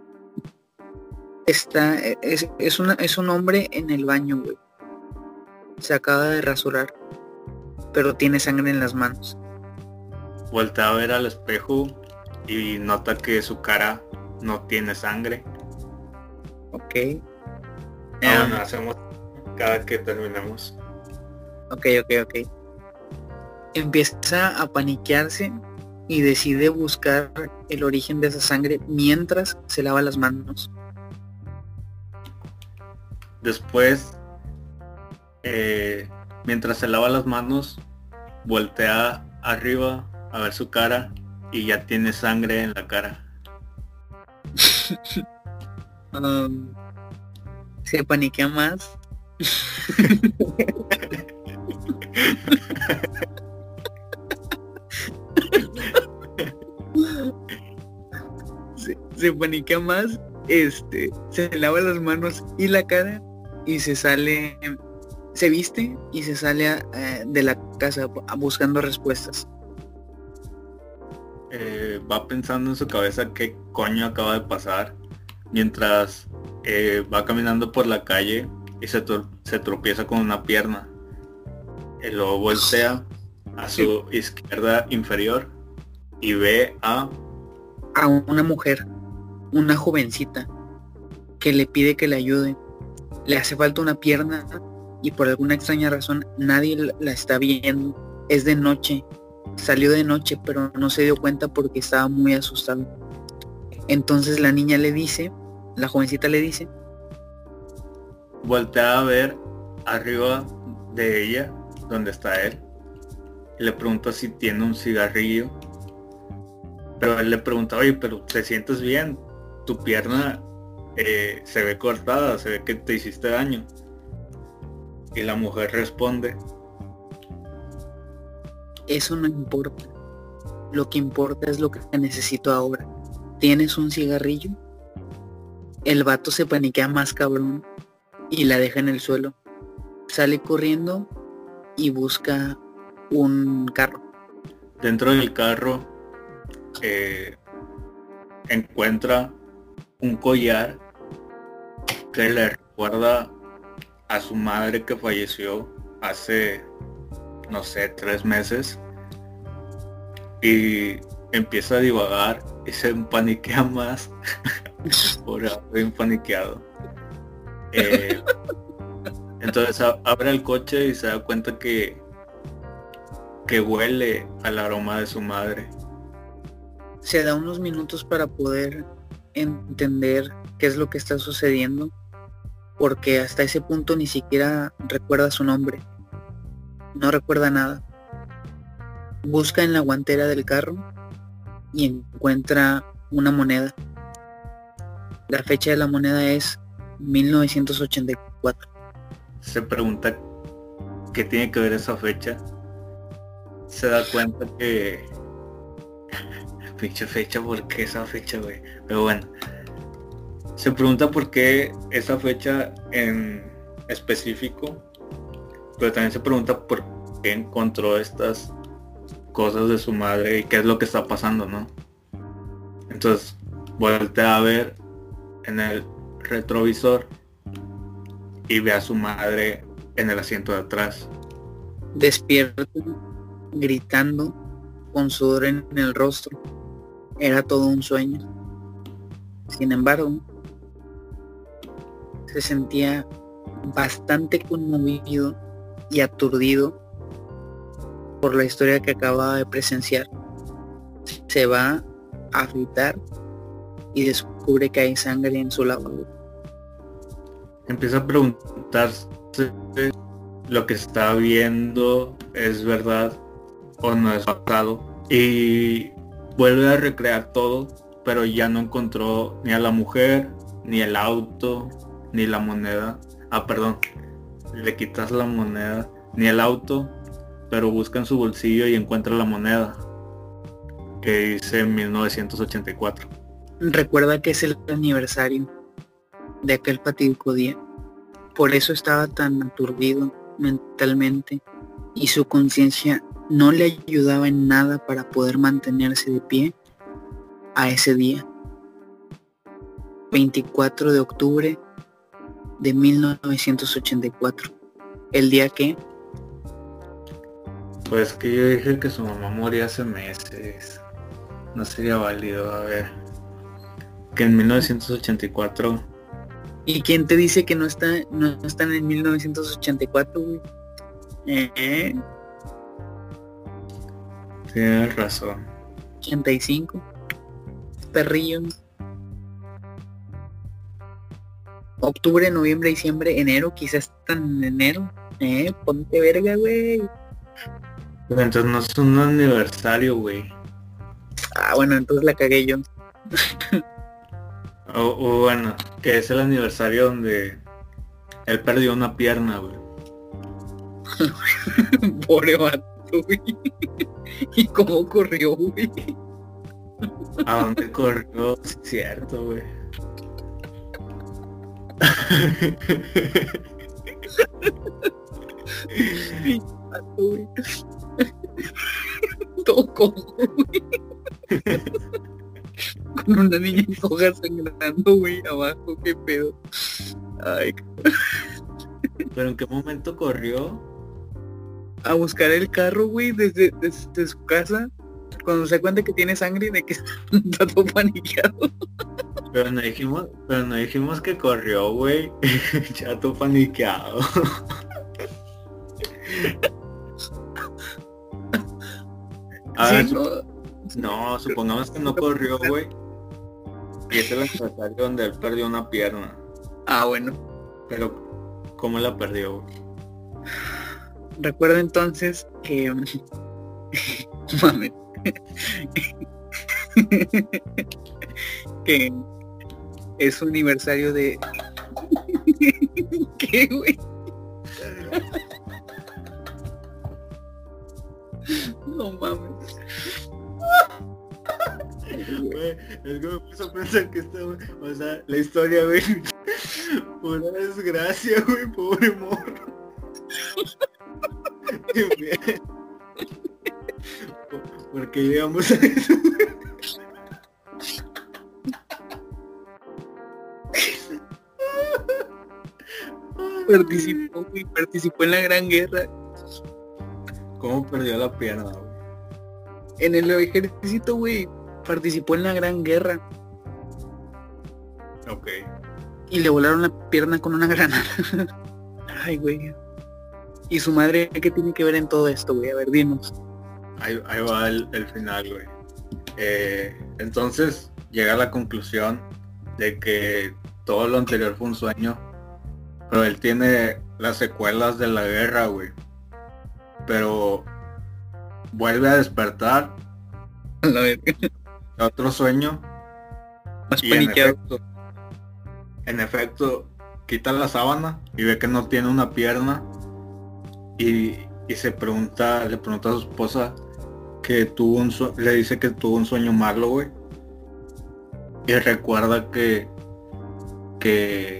Está, es, es, una, es un hombre en el baño, güey. Se acaba de rasurar, pero tiene sangre en las manos. Voltea a ver al espejo y nota que su cara no tiene sangre. Ok. Ah, Um, bueno, hacemos cada que terminemos. ok, ok, ok. Empieza a paniquearse y decide buscar el origen de esa sangre mientras se lava las manos. Después, eh, mientras se lava las manos, voltea arriba a ver su cara y ya tiene sangre en la cara. Um, se paniquea más. se, se paniquea más, este, se lava las manos y la cara y se sale, se viste y se sale a, a, de la casa a, buscando respuestas. Eh, va pensando en su cabeza qué coño acaba de pasar mientras eh, va caminando por la calle y se, se tropieza con una pierna. Y luego voltea a su izquierda inferior y ve a... A una mujer, una jovencita, que le pide que le ayude. Le hace falta una pierna y por alguna extraña razón nadie la está viendo. Es de noche, salió de noche, pero no se dio cuenta porque estaba muy asustado. Entonces la niña le dice, la jovencita le dice, voltea a ver arriba de ella, donde está él, y le pregunta si tiene un cigarrillo. Pero él le pregunta, oye, pero ¿te sientes bien? Tu pierna eh, se ve cortada, se ve que te hiciste daño. Y la mujer responde, eso no importa. Lo que importa es lo que necesito ahora. ¿Tienes un cigarrillo? El vato se paniquea más cabrón y la deja en el suelo. Sale corriendo y busca un carro. Dentro del carro eh, encuentra un collar que le recuerda a su madre que falleció hace, no sé, tres meses. Y empieza a divagar y se empaniquea más. Por haber paniqueado. Eh, entonces a, abre el coche y se da cuenta que que huele al aroma de su madre. Se da unos minutos para poder entender qué es lo que está sucediendo, porque hasta ese punto ni siquiera recuerda su nombre. No recuerda nada. Busca en la guantera del carro y encuentra una moneda. La fecha de la moneda es mil novecientos ochenta y cuatro. Se pregunta qué tiene que ver esa fecha. Se da cuenta que... Pinche fecha, ¿por qué esa fecha, güey? Pero bueno. Se pregunta por qué esa fecha en específico. Pero también se pregunta por qué encontró estas cosas de su madre y qué es lo que está pasando, ¿no? Entonces voltea a ver en el retrovisor y ve a su madre en el asiento de atrás. Despierta, gritando, con sudor en el rostro. Era todo un sueño. Sin embargo, se sentía bastante conmovido y aturdido por la historia que acababa de presenciar. Se va a afeitar y descubre que hay sangre en su lavabo. Empieza a preguntarse lo que está viendo es verdad o no es pasado, y vuelve a recrear todo, pero ya no encontró ni a la mujer, ni el auto, ni la moneda. Ah, perdón, le quitas la moneda, ni el auto, pero busca en su bolsillo y encuentra la moneda que dice mil novecientos ochenta y cuatro. Recuerda que es el aniversario de aquel fatídico día. Por eso estaba tan aturdido mentalmente y su conciencia no le ayudaba en nada para poder mantenerse de pie a ese día. veinticuatro de octubre de mil novecientos ochenta y cuatro. El día que... Pues que yo dije que su mamá moría hace meses. No sería válido, a ver. Que en mil novecientos ochenta y cuatro... ¿Y quién te dice que no está no están en mil novecientos ochenta y cuatro, güey? ¿Eh? Tienes razón. ochenta y cinco. Perrillo. Octubre, noviembre, diciembre, enero, quizás están en enero. Eh, ponte verga, güey. Pero entonces no es un aniversario, güey. Ah, bueno, entonces la cagué yo. O, o bueno, que es el aniversario donde él perdió una pierna, güey. Pobre vato, güey. ¿Y cómo corrió, güey? ¿A dónde corrió? Sí, cierto, güey. Vato, güey. Todo cojo, güey. Con una niña en hoja sangrando, güey, abajo, qué pedo. Ay. ¿Pero en qué momento corrió? a buscar el carro, güey, desde, desde su casa, cuando se da cuenta que tiene sangre, de que está todo paniqueado. Pero no dijimos, pero no dijimos que corrió, güey. Ya todo paniqueado. A ver, Sí, no, sup- no, supongamos que no corrió, güey. Y es el aniversario donde él perdió una pierna. Ah, bueno. Pero, ¿cómo la perdió, güey? Recuerdo entonces que... Mames. Que es su aniversario de... ¿Qué, güey? No mames. Güey, es que me puse a pensar que esta, güey, o sea, la historia, güey, pura desgracia, güey, pobre morro. Qué bien. ¿Por qué llegamos a eso, güey? Participó, güey, participó en la Gran Guerra. ¿Cómo perdió la pierna, güey? En el ejército, güey, participó en la Gran Guerra. Ok. Y le volaron la pierna con una granada. Ay, güey. ¿Y su madre qué tiene que ver en todo esto, güey? A ver, dinos. Ahí, ahí va el, el final, güey. Eh, entonces llega a la conclusión de que todo lo anterior fue un sueño, pero él tiene las secuelas de la guerra, güey. Pero vuelve a despertar A la verga. de otro sueño Más y en paniqueado. efecto, en efecto quita la sábana y ve que no tiene una pierna y, y se pregunta, le pregunta a su esposa que tuvo un sue- le dice que tuvo un sueño malo, güey. Y recuerda que que,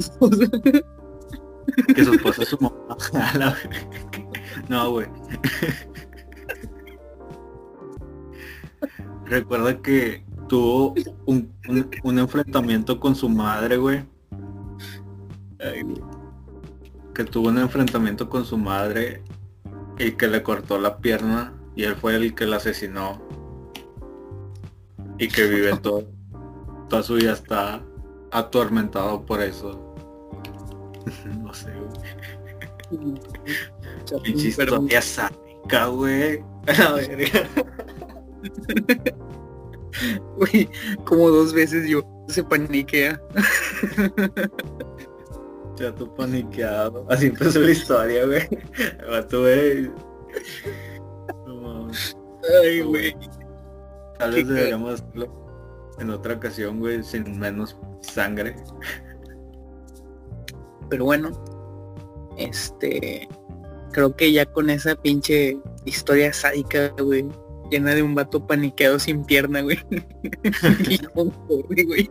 que su esposa es su mamá. A la verga. No, güey. Recuerda que tuvo un, un, un enfrentamiento con su madre, güey. Ay, güey. Que tuvo un enfrentamiento con su madre y que le cortó la pierna y él fue el que la asesinó. Y que vive todo, toda su vida está atormentado por eso. No sé, güey. Pinche Pero- historia sádica, güey. A la verga. Güey, como dos veces yo se paniquea. Ya tú paniqueado. Así empezó la historia, güey. El vato, güey. No mames. Ay, güey. Tal vez Qué deberíamos hacerlo en otra ocasión, güey, sin menos sangre. Pero bueno, este, creo que ya con esa pinche historia sádica, güey, llena de un vato paniqueado sin pierna, güey. Y con pobre, güey.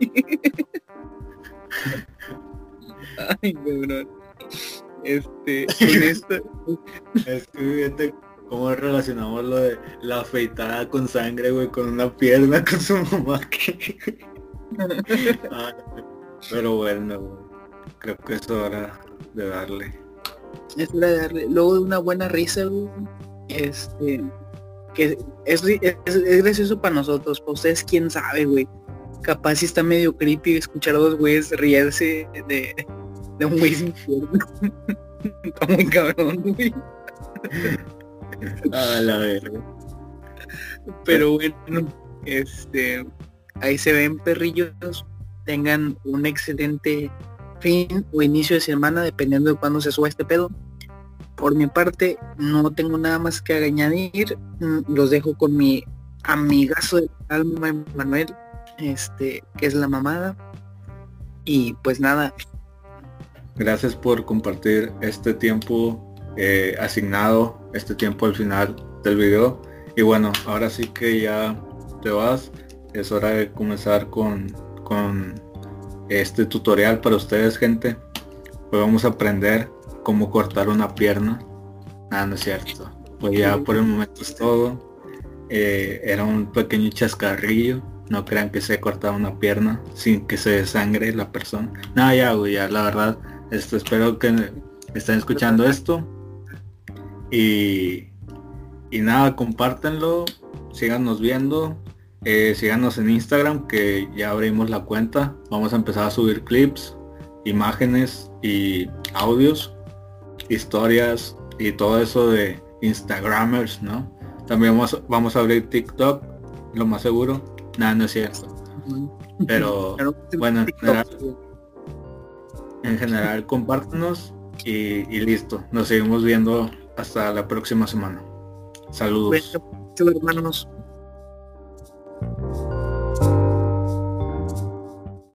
Ay, cabrón. Este, con esto, Es que fíjate cómo relacionamos lo de la afeitada con sangre, güey, con una pierna con su mamá. Que... Ah, pero bueno, güey. Creo que es hora de darle. es hora de darle, luego de una buena risa, güey, este, que es, es, es gracioso para nosotros, para ustedes quién sabe, güey. Capaz si está medio creepy escuchar a dos güeyes reírse de, de un güey sin pierna. Está muy cabrón, güey. A la verga. Pero bueno, este, ahí se ven, perrillos. Tengan un excelente fin o inicio de semana, dependiendo de cuándo se suba este pedo. Por mi parte, no tengo nada más que añadir. Mm, Los dejo con mi amigazo del alma, Manuel, este, que es la mamada. Y pues nada, Gracias por compartir este tiempo eh, asignado, este tiempo al final del video. Y bueno, ahora sí que ya te vas. Es hora de comenzar con, con este tutorial para ustedes, gente. Hoy vamos a aprender cómo cortar una pierna. Ah, no es cierto. Pues ya por el momento es todo. Eh, era un pequeño chascarrillo. No crean que se cortaba una pierna sin que se desangre la persona. No, ya, güey, ya, la verdad. Esto, espero que estén escuchando esto. Y, y nada, compártanlo, síganos viendo, eh, síganos en Instagram, que ya abrimos la cuenta. Vamos a empezar a subir clips, imágenes y audios, historias y todo eso de Instagramers, ¿no? También vamos, vamos a abrir TikTok, lo más seguro. Nada, no es cierto. Pero bueno, en general, en general compártanos y, y listo. Nos seguimos viendo hasta la próxima semana. Saludos. Bueno, hermanos.